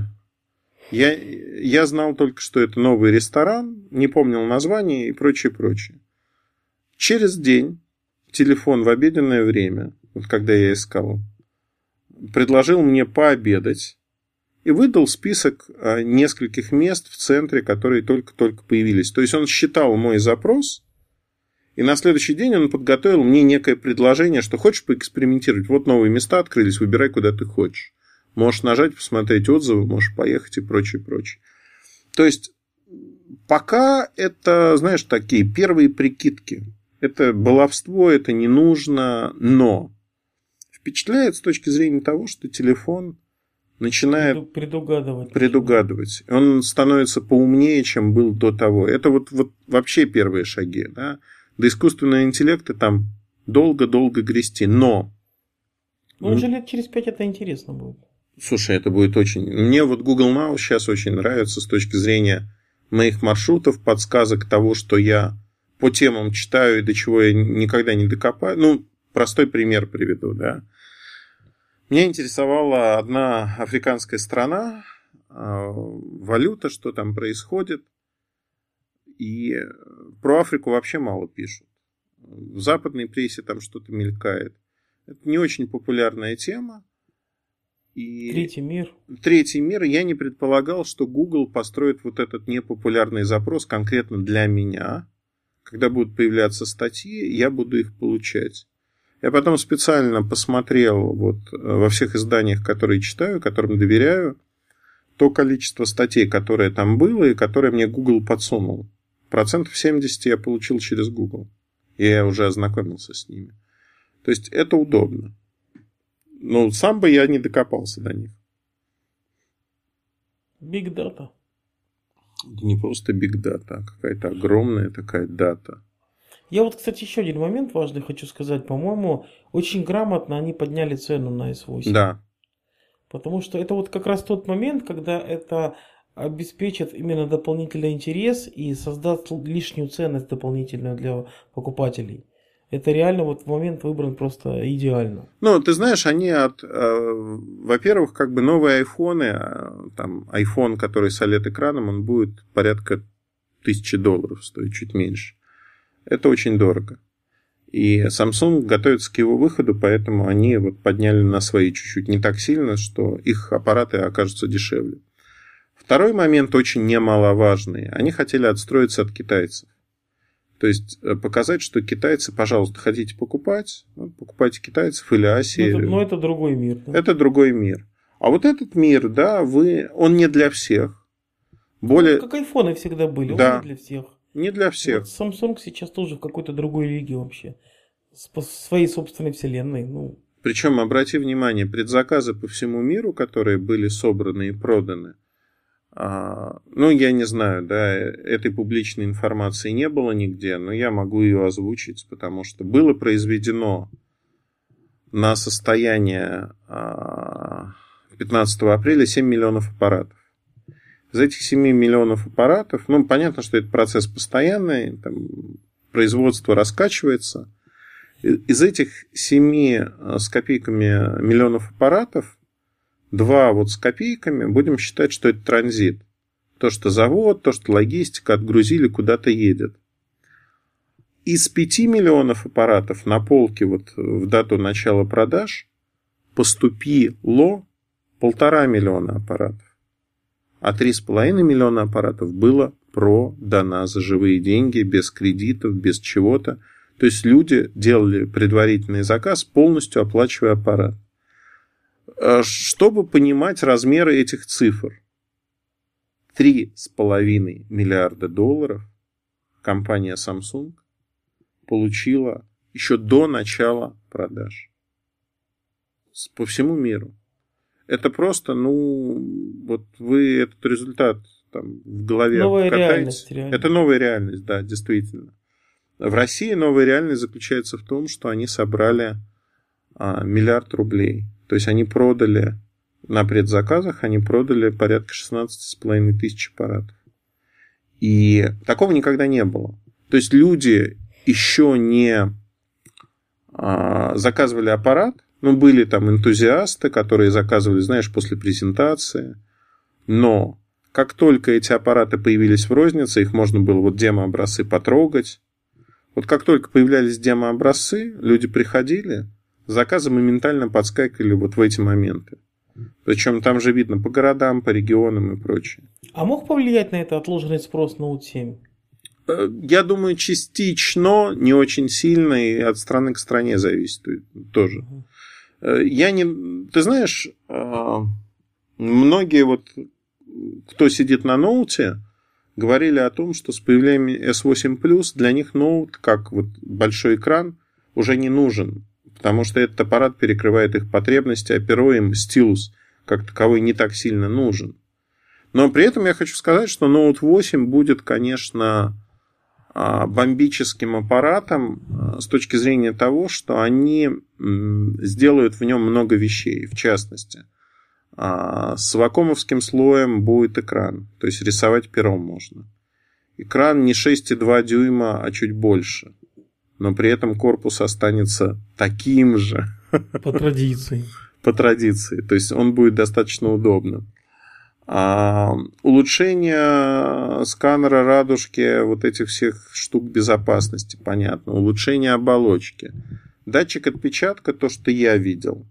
Speaker 1: я знал только, что это новый ресторан, не помнил название и прочее, прочее. Через день телефон в обеденное время, вот когда я искал, предложил мне пообедать и выдал список нескольких мест в центре, которые только-только появились. То есть он считал мой запрос, и на следующий день он подготовил мне некое предложение, что хочешь поэкспериментировать. Вот новые места открылись, выбирай, куда ты хочешь. Можешь нажать, посмотреть отзывы, можешь поехать и прочее, прочее. То есть пока это, знаешь, такие первые прикидки. Это баловство, это не нужно, но впечатляет с точки зрения того, что телефон начинает предугадывать. Он становится поумнее, чем был до того. Это вот вообще первые шаги. Да? До искусственного интеллекта там долго-долго грести. Но...
Speaker 2: Ну, уже лет через 5 это интересно будет.
Speaker 1: Слушай, это будет очень... Мне вот Google Now сейчас очень нравится с точки зрения моих маршрутов, подсказок того, что я по темам читаю и до чего я никогда не докопаю. Ну, простой пример приведу, да. Меня интересовала одна африканская страна, валюта, что там происходит. И про Африку вообще мало пишут. В западной прессе там что-то мелькает. Это не очень популярная тема. И Третий мир. Я не предполагал, что Google построит вот этот непопулярный запрос конкретно для меня. Когда будут появляться статьи, я буду их получать. Я потом специально посмотрел вот во всех изданиях, которые читаю, которым доверяю, то количество статей, которое там было и которое мне Google подсунул. 70% я получил через Google. И я уже ознакомился с ними. То есть это удобно. Но сам бы я не докопался до них.
Speaker 2: Big Data.
Speaker 1: Это не просто Big Data, а какая-то огромная такая дата.
Speaker 2: Я вот, кстати, еще один момент важный хочу сказать. По-моему, очень грамотно они подняли цену на S8.
Speaker 1: Да.
Speaker 2: Потому что это вот как раз тот момент, когда это обеспечит именно дополнительный интерес и создаст лишнюю ценность дополнительную для покупателей. Это реально вот момент выбран просто идеально.
Speaker 1: Ну, ты знаешь, они во-первых, как бы новые айфоны, там iPhone, который с OLED-экраном, он будет порядка $1000 стоить, чуть меньше. Это очень дорого. И Samsung готовится к его выходу, поэтому они вот подняли на свои чуть-чуть не так сильно, что их аппараты окажутся дешевле. Второй момент очень немаловажный. Они хотели отстроиться от китайцев. То есть показать, что китайцы, пожалуйста, хотите покупать, покупайте китайцев или Асии.
Speaker 2: Но это другой мир. Да?
Speaker 1: Это другой мир. А вот этот мир, да, он не для всех. Более...
Speaker 2: Как айфоны всегда были,
Speaker 1: да.
Speaker 2: Он не для всех.
Speaker 1: Не для всех.
Speaker 2: Вот Samsung сейчас тоже в какой-то другой лиге вообще. По своей собственной вселенной. Ну.
Speaker 1: Причем, обрати внимание, предзаказы по всему миру, которые были собраны и проданы, ну, я не знаю, да, этой публичной информации не было нигде, но я могу ее озвучить, потому что было произведено на состояние 15 апреля 7 миллионов аппаратов. Из этих 7 миллионов аппаратов, ну, понятно, что это процесс постоянный, там, производство раскачивается. Из этих 7 с копейками миллионов аппаратов 2 вот с копейками, будем считать, что это транзит. То, что завод, то, что логистика, отгрузили, куда-то едет. Из 5 миллионов аппаратов на полке вот в дату начала продаж поступило 1,5 миллиона аппаратов. А 3,5 миллиона аппаратов было продано за живые деньги, без кредитов, без чего-то. То есть люди делали предварительный заказ, полностью оплачивая аппарат. Чтобы понимать размеры этих цифр, $3,5 миллиарда компания Samsung получила еще до начала продаж по всему миру. Это просто, вот вы этот результат там в голове
Speaker 2: новая реальность.
Speaker 1: Это новая реальность, да, действительно. В России новая реальность заключается в том, что они собрали $1 миллиард. То есть они продали на предзаказах, они продали порядка 16,5 тысяч аппаратов. И такого никогда не было. То есть люди еще не заказывали аппарат, ну, были там энтузиасты, которые заказывали, знаешь, после презентации, но как только эти аппараты появились в рознице, их можно было вот демо-образцы потрогать. Вот как только появлялись демо-образцы, люди приходили, заказы моментально подскакивали вот в эти моменты. Причем там же видно по городам, по регионам и прочее.
Speaker 2: А мог повлиять на это отложенный спрос Note 7?
Speaker 1: Я думаю, частично, не очень сильно, и от страны к стране зависит тоже. Ты знаешь, многие вот, кто сидит на ноуте, говорили о том, что с появлением S8 Plus для них ноут, как вот большой экран, уже не нужен, потому что этот аппарат перекрывает их потребности, а перо им стилус как таковой не так сильно нужен. Но при этом я хочу сказать, что Note 8 будет, конечно, бомбическим аппаратом с точки зрения того, что они сделают в нем много вещей. В частности, с вакуумовским слоем будет экран, то есть рисовать пером можно. Экран не 6,2 дюйма, а чуть больше, но при этом корпус останется таким же.
Speaker 2: По традиции.
Speaker 1: По традиции, то есть он будет достаточно удобным. Улучшение сканера радужки, вот этих всех штук безопасности, понятно. Улучшение оболочки. Датчик отпечатка, то, что я видел,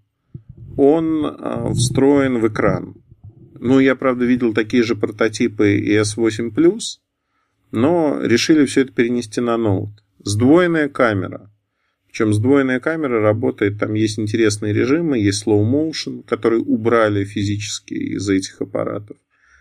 Speaker 1: он встроен в экран. Ну, я, правда, видел такие же прототипы и S8 Plus, но решили все это перенести на ноут. Сдвоенная камера. Причем сдвоенная камера работает, там есть интересные режимы, есть slow motion, которые убрали физически из этих аппаратов.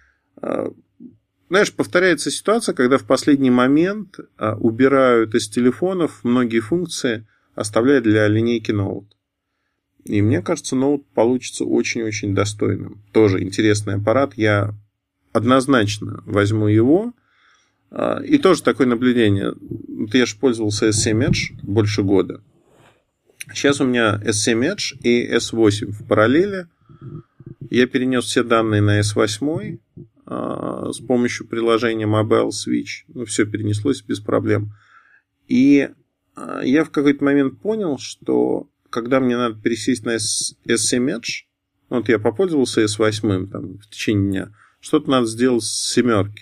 Speaker 1: Знаешь, повторяется ситуация, когда в последний момент убирают из телефонов многие функции, оставляя для линейки Note. И мне кажется, Note получится очень-очень достойным. Тоже интересный аппарат. Я однозначно возьму его. И тоже такое наблюдение. Я же пользовался S7 Edge больше года. Сейчас у меня S7 Edge и S8 в параллели. Я перенес все данные на S8 с помощью приложения Mobile Switch. Ну, все перенеслось без проблем. И я в какой-то момент понял, что когда мне надо пересесть на S7 Edge, вот я попользовался S8 там, в течение дня, что-то надо сделать с семерки.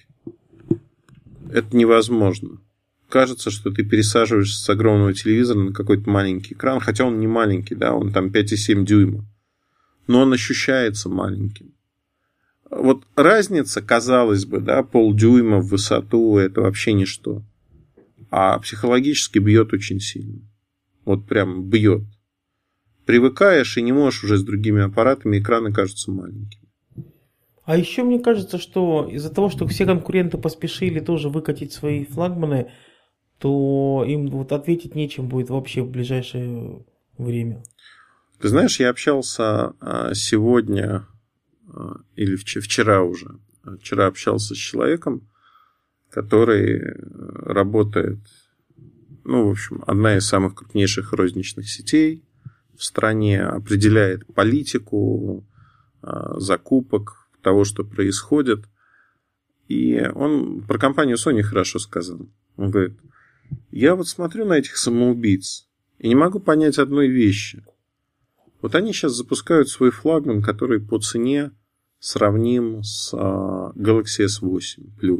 Speaker 1: Это невозможно. Кажется, что ты пересаживаешься с огромного телевизора на какой-то маленький экран, хотя он не маленький, да, он там 5,7 дюйма. Но он ощущается маленьким. Вот разница, казалось бы, да, полдюйма в высоту, это вообще ничто. А психологически бьет очень сильно. Вот прям бьет. Привыкаешь и не можешь уже с другими аппаратами, экраны кажутся маленькими.
Speaker 2: А еще мне кажется, что из-за того, что все конкуренты поспешили тоже выкатить свои флагманы, то им вот ответить нечем будет вообще в ближайшее время.
Speaker 1: Ты знаешь, я общался сегодня или вчера уже. Вчера общался с человеком, который работает, ну, в общем, одна из самых крупнейших розничных сетей в стране, определяет политику закупок, того, что происходит. И он про компанию Sony хорошо сказал. Он говорит, я вот смотрю на этих самоубийц и не могу понять одной вещи. Вот они сейчас запускают свой флагман, который по цене сравним с Galaxy S8 Plus.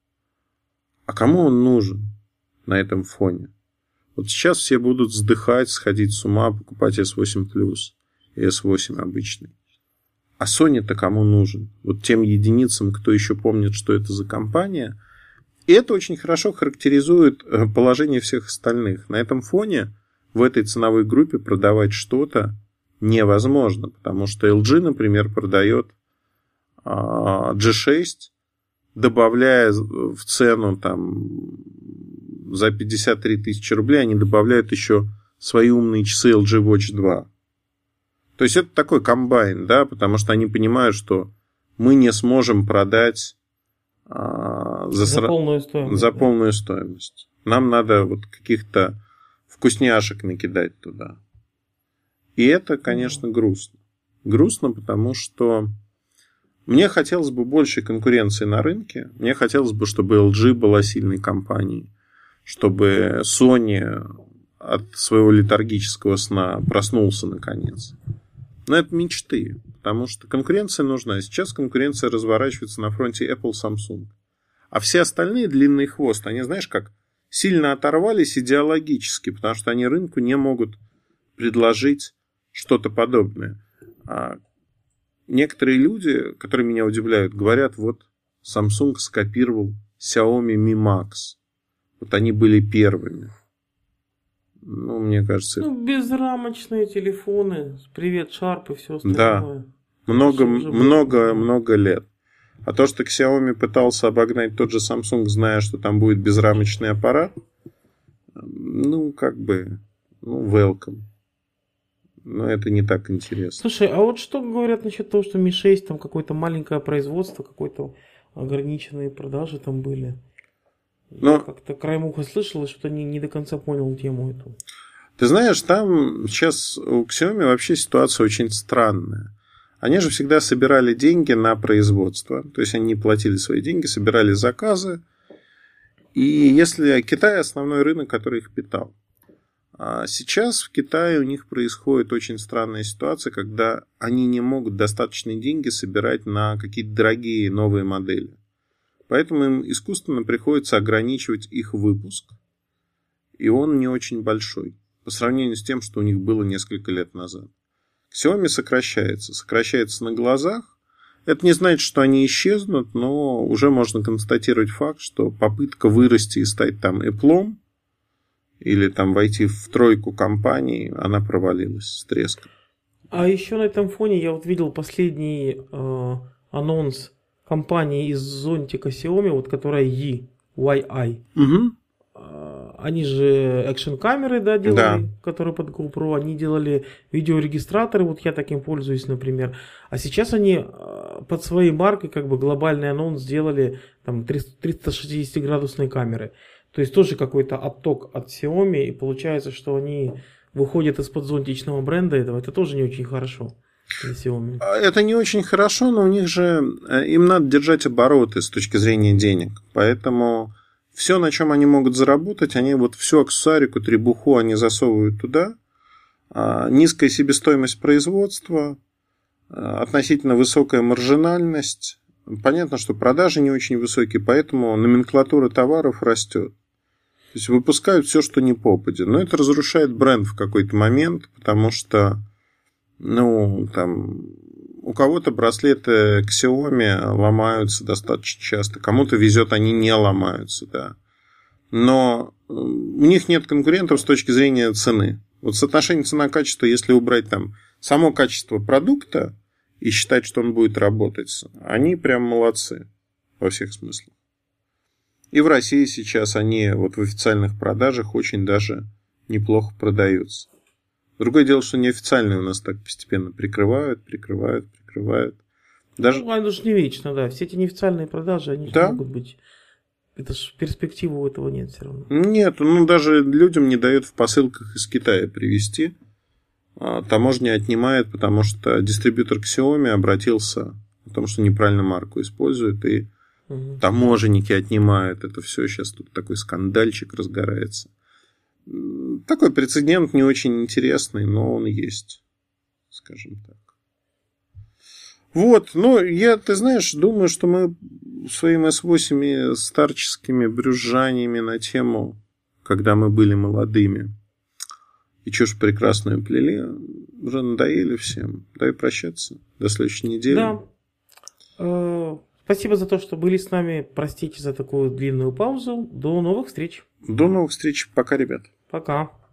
Speaker 1: А кому он нужен на этом фоне? Вот сейчас все будут вздыхать, сходить с ума, покупать S8 Plus и S8 обычный. А Sony-то кому нужен? Вот тем единицам, кто еще помнит, что это за компания. И это очень хорошо характеризует положение всех остальных. На этом фоне в этой ценовой группе продавать что-то невозможно. Потому что LG, например, продает G6, добавляя в цену там, за 53 тысячи рублей, они добавляют еще свои умные часы LG Watch 2. То есть это такой комбайн, да, потому что они понимают, что мы не сможем продать за полную стоимость. Нам надо вот каких-то вкусняшек накидать туда. И это, конечно, грустно. Грустно, потому что мне хотелось бы большей конкуренции на рынке. Мне хотелось бы, чтобы LG была сильной компанией, чтобы Sony от своего летаргического сна проснулся наконец. Но это мечты, потому что конкуренция нужна. Сейчас конкуренция разворачивается на фронте Apple, Samsung. А все остальные длинный хвост, они, знаешь, как сильно оторвались идеологически, потому что они рынку не могут предложить что-то подобное. А некоторые люди, которые меня удивляют, говорят, вот Samsung скопировал Xiaomi Mi Max. Вот они были первыми. Ну, мне кажется...
Speaker 2: Ну, безрамочные телефоны, привет, Sharp и все остальное.
Speaker 1: Да, много лет. А то, что Xiaomi пытался обогнать тот же Samsung, зная, что там будет безрамочный аппарат, ну, как бы, welcome. Но это не так интересно.
Speaker 2: Слушай, а вот что говорят насчет того, что Mi 6, там какое-то маленькое производство, какое-то ограниченные продажи там были? Я как-то краем уха слышал, что-то не до конца понял тему эту.
Speaker 1: Ты знаешь, там сейчас у Xiaomi вообще ситуация очень странная. Они же всегда собирали деньги на производство. То есть они платили свои деньги, собирали заказы. И если Китай основной рынок, который их питал. А сейчас в Китае у них происходит очень странная ситуация, когда они не могут достаточные деньги собирать на какие-то дорогие новые модели. Поэтому им искусственно приходится ограничивать их выпуск. И он не очень большой. По сравнению с тем, что у них было несколько лет назад. Xiaomi сокращается. Сокращается на глазах. Это не значит, что они исчезнут, но уже можно констатировать факт, что попытка вырасти и стать там Apple или там войти в тройку компаний, она провалилась с треском.
Speaker 2: А еще на этом фоне я вот видел последний анонс компании из зонтика Xiaomi, вот которая YI.
Speaker 1: Угу.
Speaker 2: Они же экшн-камеры, да, делали, которые под GoPro. Они делали видеорегистраторы, вот я таким пользуюсь, например. А сейчас они под своей маркой как бы глобальный анонс сделали там 360-градусные камеры. То есть тоже какой-то отток от Xiaomi, и получается, что они выходят из-под зонтичного бренда этого. Это тоже не очень хорошо для Xiaomi.
Speaker 1: Это не очень хорошо, но у них же им надо держать обороты с точки зрения денег. Поэтому все, на чем они могут заработать, они вот всю аксессуарику, требуху они засовывают туда. Низкая себестоимость производства, относительно высокая маржинальность. Понятно, что продажи не очень высокие, поэтому номенклатура товаров растет. То есть выпускают все, что не попадя. Но это разрушает бренд в какой-то момент, потому что там у кого-то браслеты к Xiaomi ломаются достаточно часто, кому-то везет, они не ломаются, да. Но у них нет конкурентов с точки зрения цены. Вот соотношение цена-качество, если убрать там само качество продукта и считать, что он будет работать, они прям молодцы во всех смыслах. И в России сейчас они вот в официальных продажах очень даже неплохо продаются. Другое дело, что неофициальные у нас так постепенно прикрывают. Даже...
Speaker 2: Ну, это же не вечно, да. Все эти неофициальные продажи, они же могут быть... Это же перспективы у этого нет все равно.
Speaker 1: Нет, даже людям не дают в посылках из Китая привезти. Таможня отнимает, потому что дистрибьютор Xiaomi обратился о том, что неправильно марку используют, и таможенники отнимают. Это все сейчас тут такой скандальчик разгорается. Такой прецедент не очень интересный, но он есть, скажем так. Вот, ты знаешь, думаю, что мы своими S8 старческими брюзжаниями на тему, когда мы были молодыми, и чушь прекрасную плели, уже надоели всем. Дай прощаться. До следующей недели.
Speaker 2: Да. Спасибо за то, что были с нами. Простите за такую длинную паузу. До новых встреч.
Speaker 1: До новых встреч. Пока, ребят.
Speaker 2: Пока.